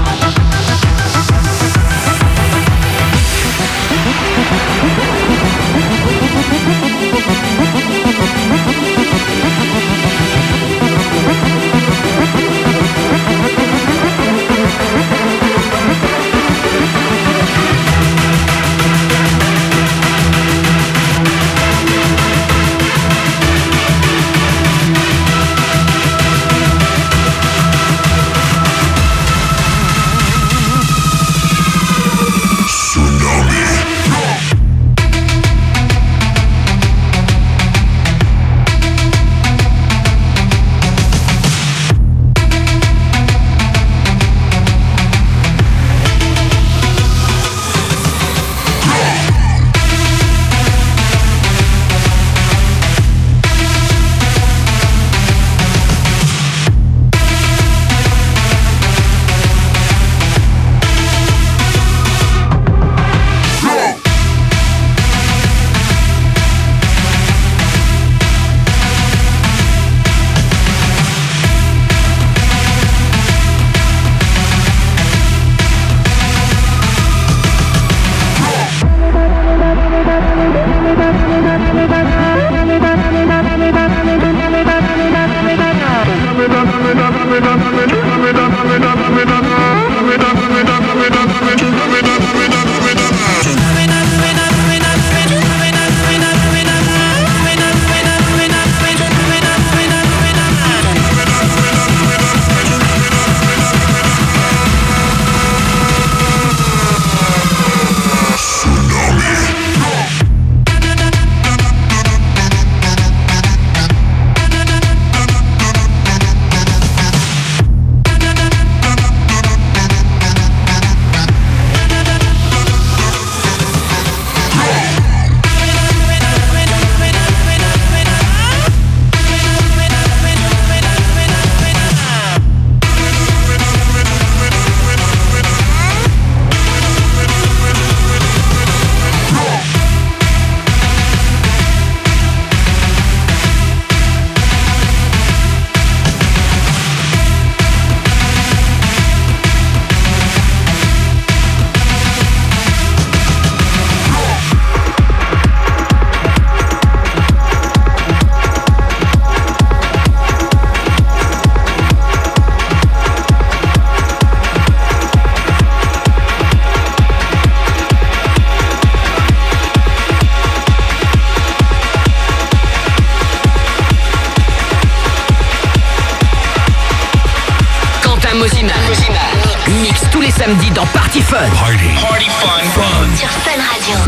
Mix tous les samedis dans Party Fun.
Party, Party Fun, Fun.
Sur Fun Radio.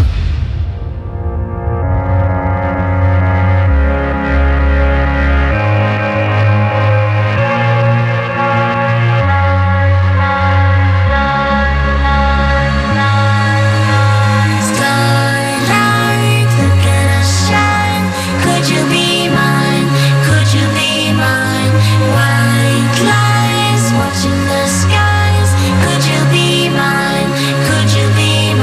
Watching the skies, could you be mine? Could you be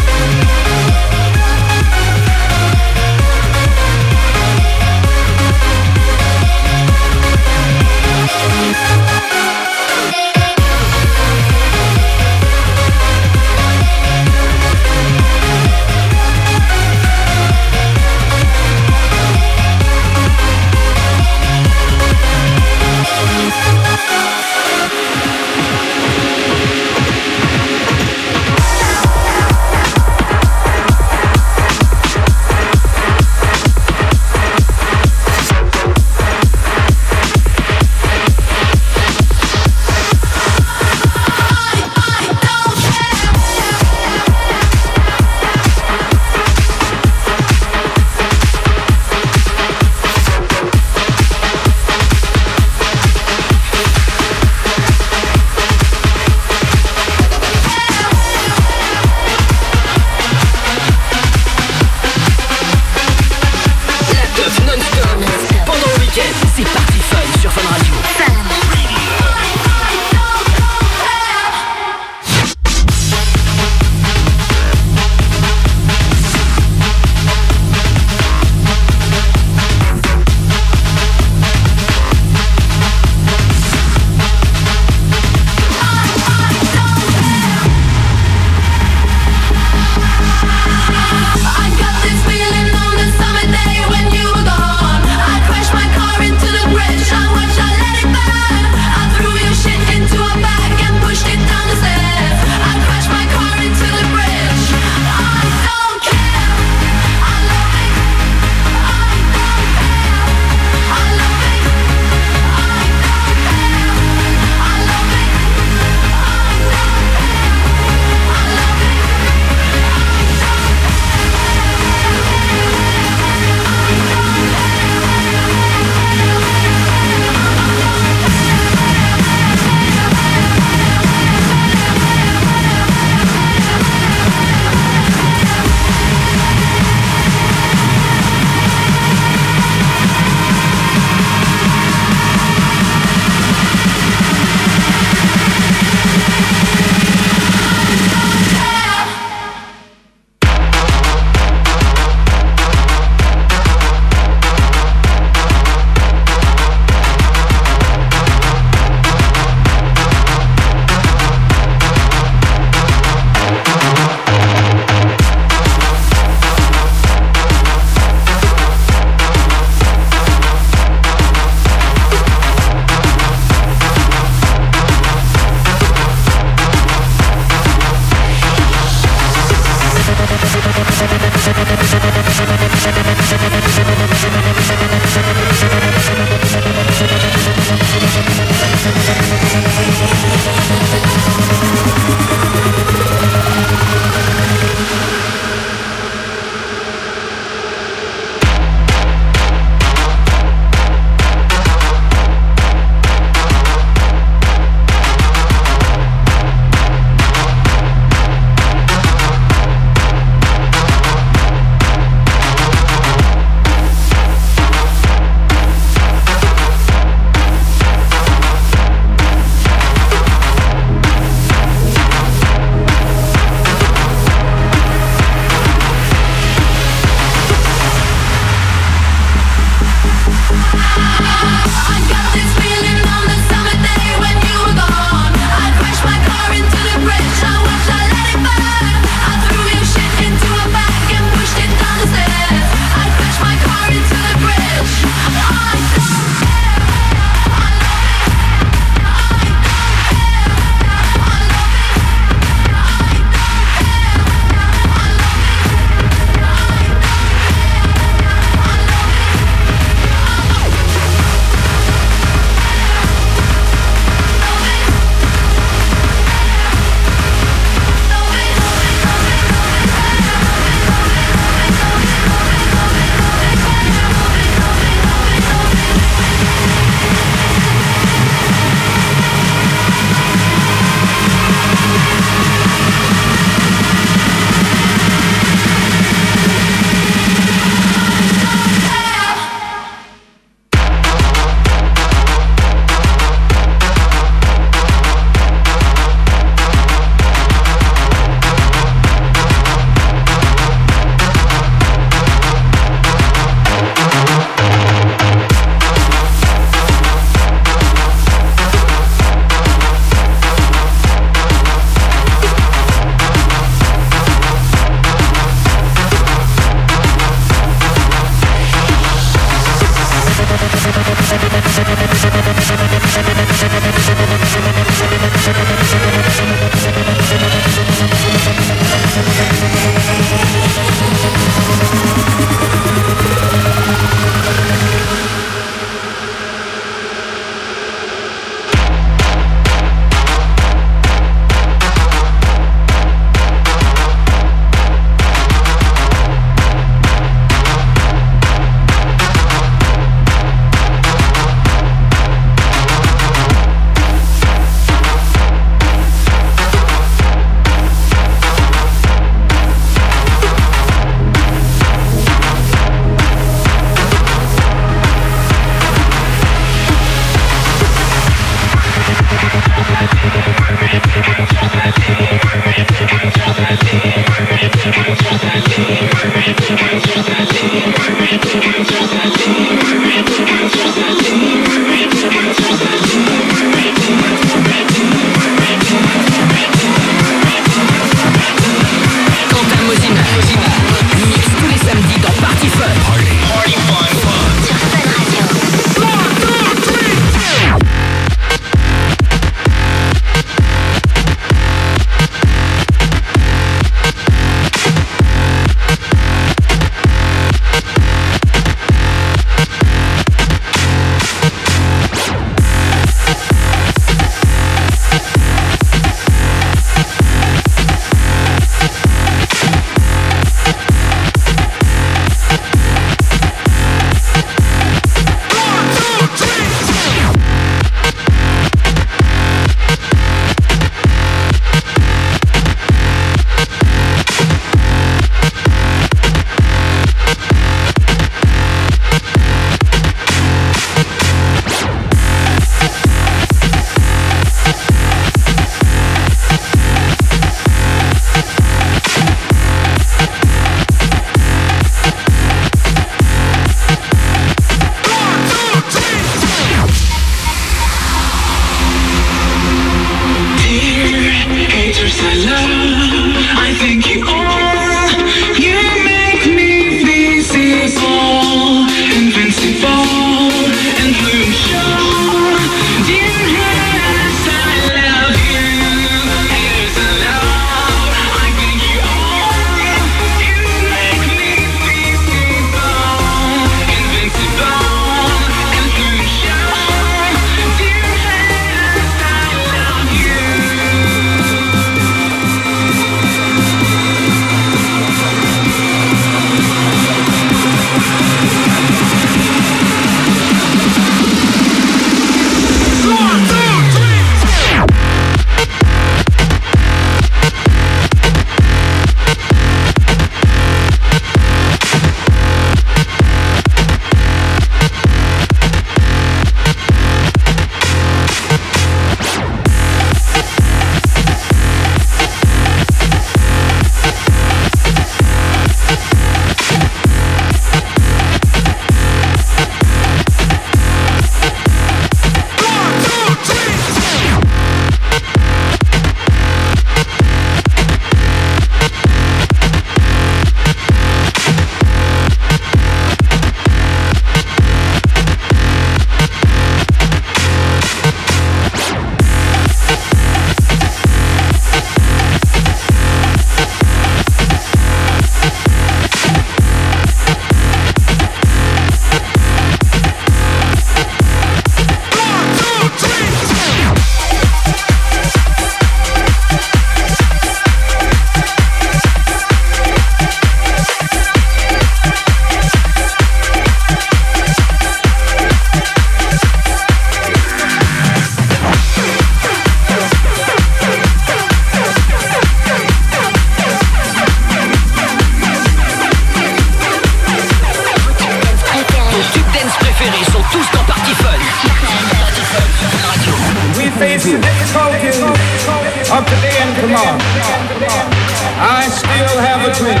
I still have a dream.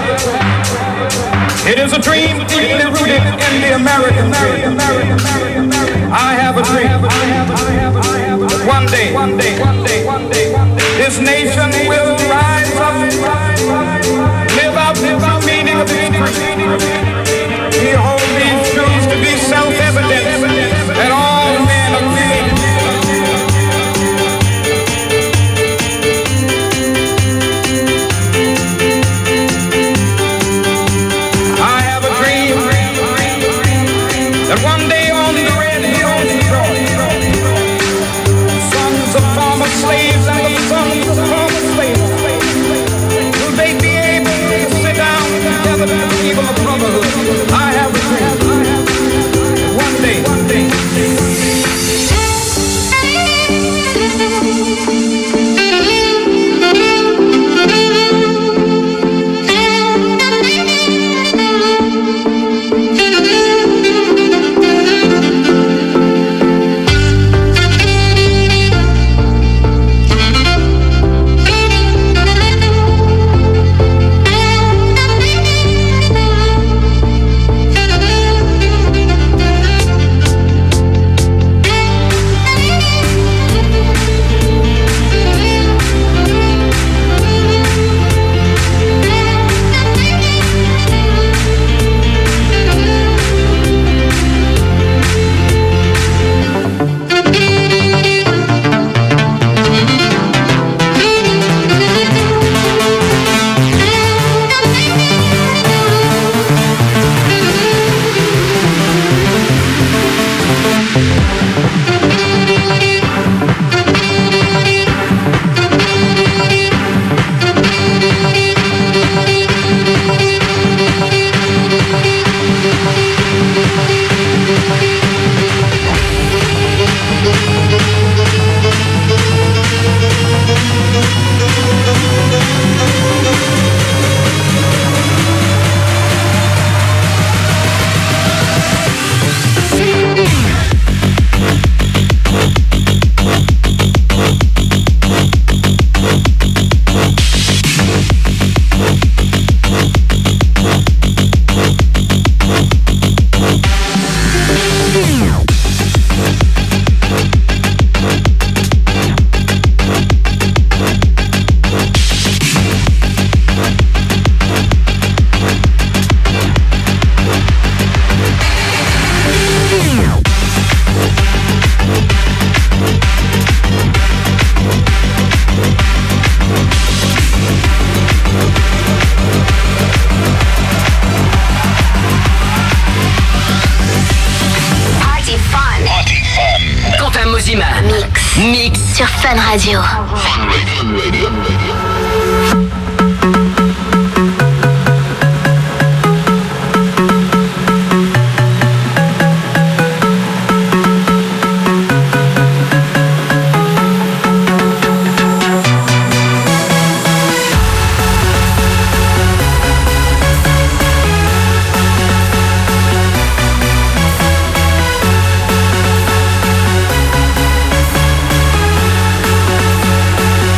It is a dream deeply rooted in the American dream. I have a dream. One day, one day, one day, one day, this nation will rise up, live out the meaning of its creed. We hold these truths to be self-evident that all men are created. That one day on the red hills of Georgia, sons of former slaves and the sons of former slaves, will they be able to sit down together to the evil of brotherhood? I have a dream. One day, one day.
Mix sur Fun Radio.
We'll be right back.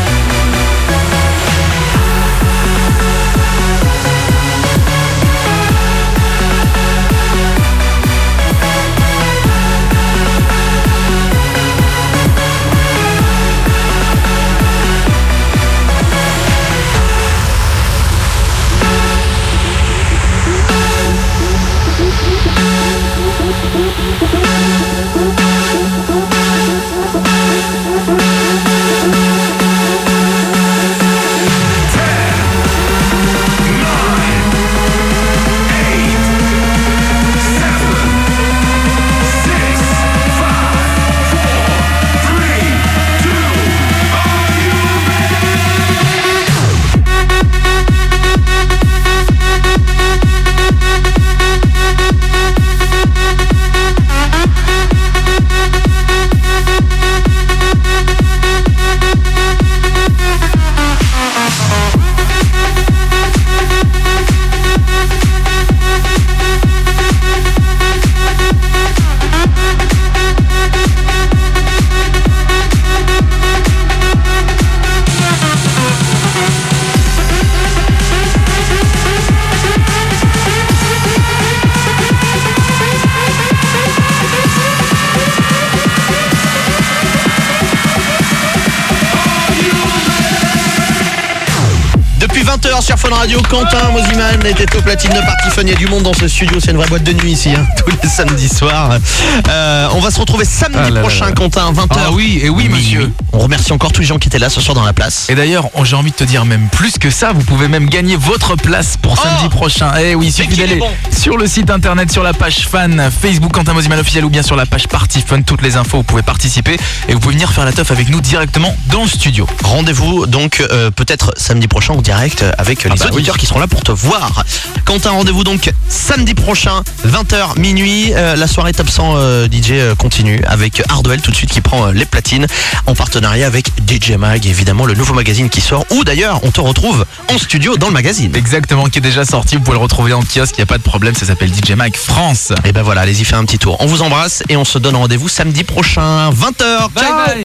Depuis vingt heures sur Fun Radio, Quentin Mosiman était au platine de Partyphone. Il y a du monde dans ce studio, c'est une vraie boîte de nuit ici, hein, tous les samedis soirs. Euh, on va se retrouver samedi
Ah là
prochain,
là là.
Quentin, vingt heures.
Ah oui, et oui, monsieur.
On remercie encore tous les gens qui étaient là ce soir dans la place.
Et d'ailleurs, j'ai envie de te dire même plus que ça, vous pouvez même gagner votre place pour
Oh
samedi prochain. Eh oui, il suffit
qu'il est
d'aller
bon.
sur le site internet, sur la page fan, Facebook Quentin Mosiman officiel ou bien sur la page Partyphone, toutes les infos, vous pouvez participer et vous pouvez venir faire la teuf avec nous directement dans le studio.
Rendez-vous donc euh, peut-être samedi prochain en direct avec les
Ah bah
auditeurs
oui.
qui seront là pour te voir. Quentin, rendez-vous donc samedi prochain, vingt heures minuit. Euh, la soirée Top cent euh, D J euh, continue avec Hardwell tout de suite qui prend euh, les platines en partenariat avec D J Mag, évidemment le nouveau magazine qui sort, où d'ailleurs on te retrouve en studio dans le magazine.
Exactement, qui est déjà sorti, vous pouvez le retrouver en kiosque, il n'y a pas de problème, ça s'appelle D J Mag France.
Et ben voilà, allez-y faire un petit tour. On vous embrasse et on se donne rendez-vous samedi prochain, vingt heures.
Bye
Ciao.
bye.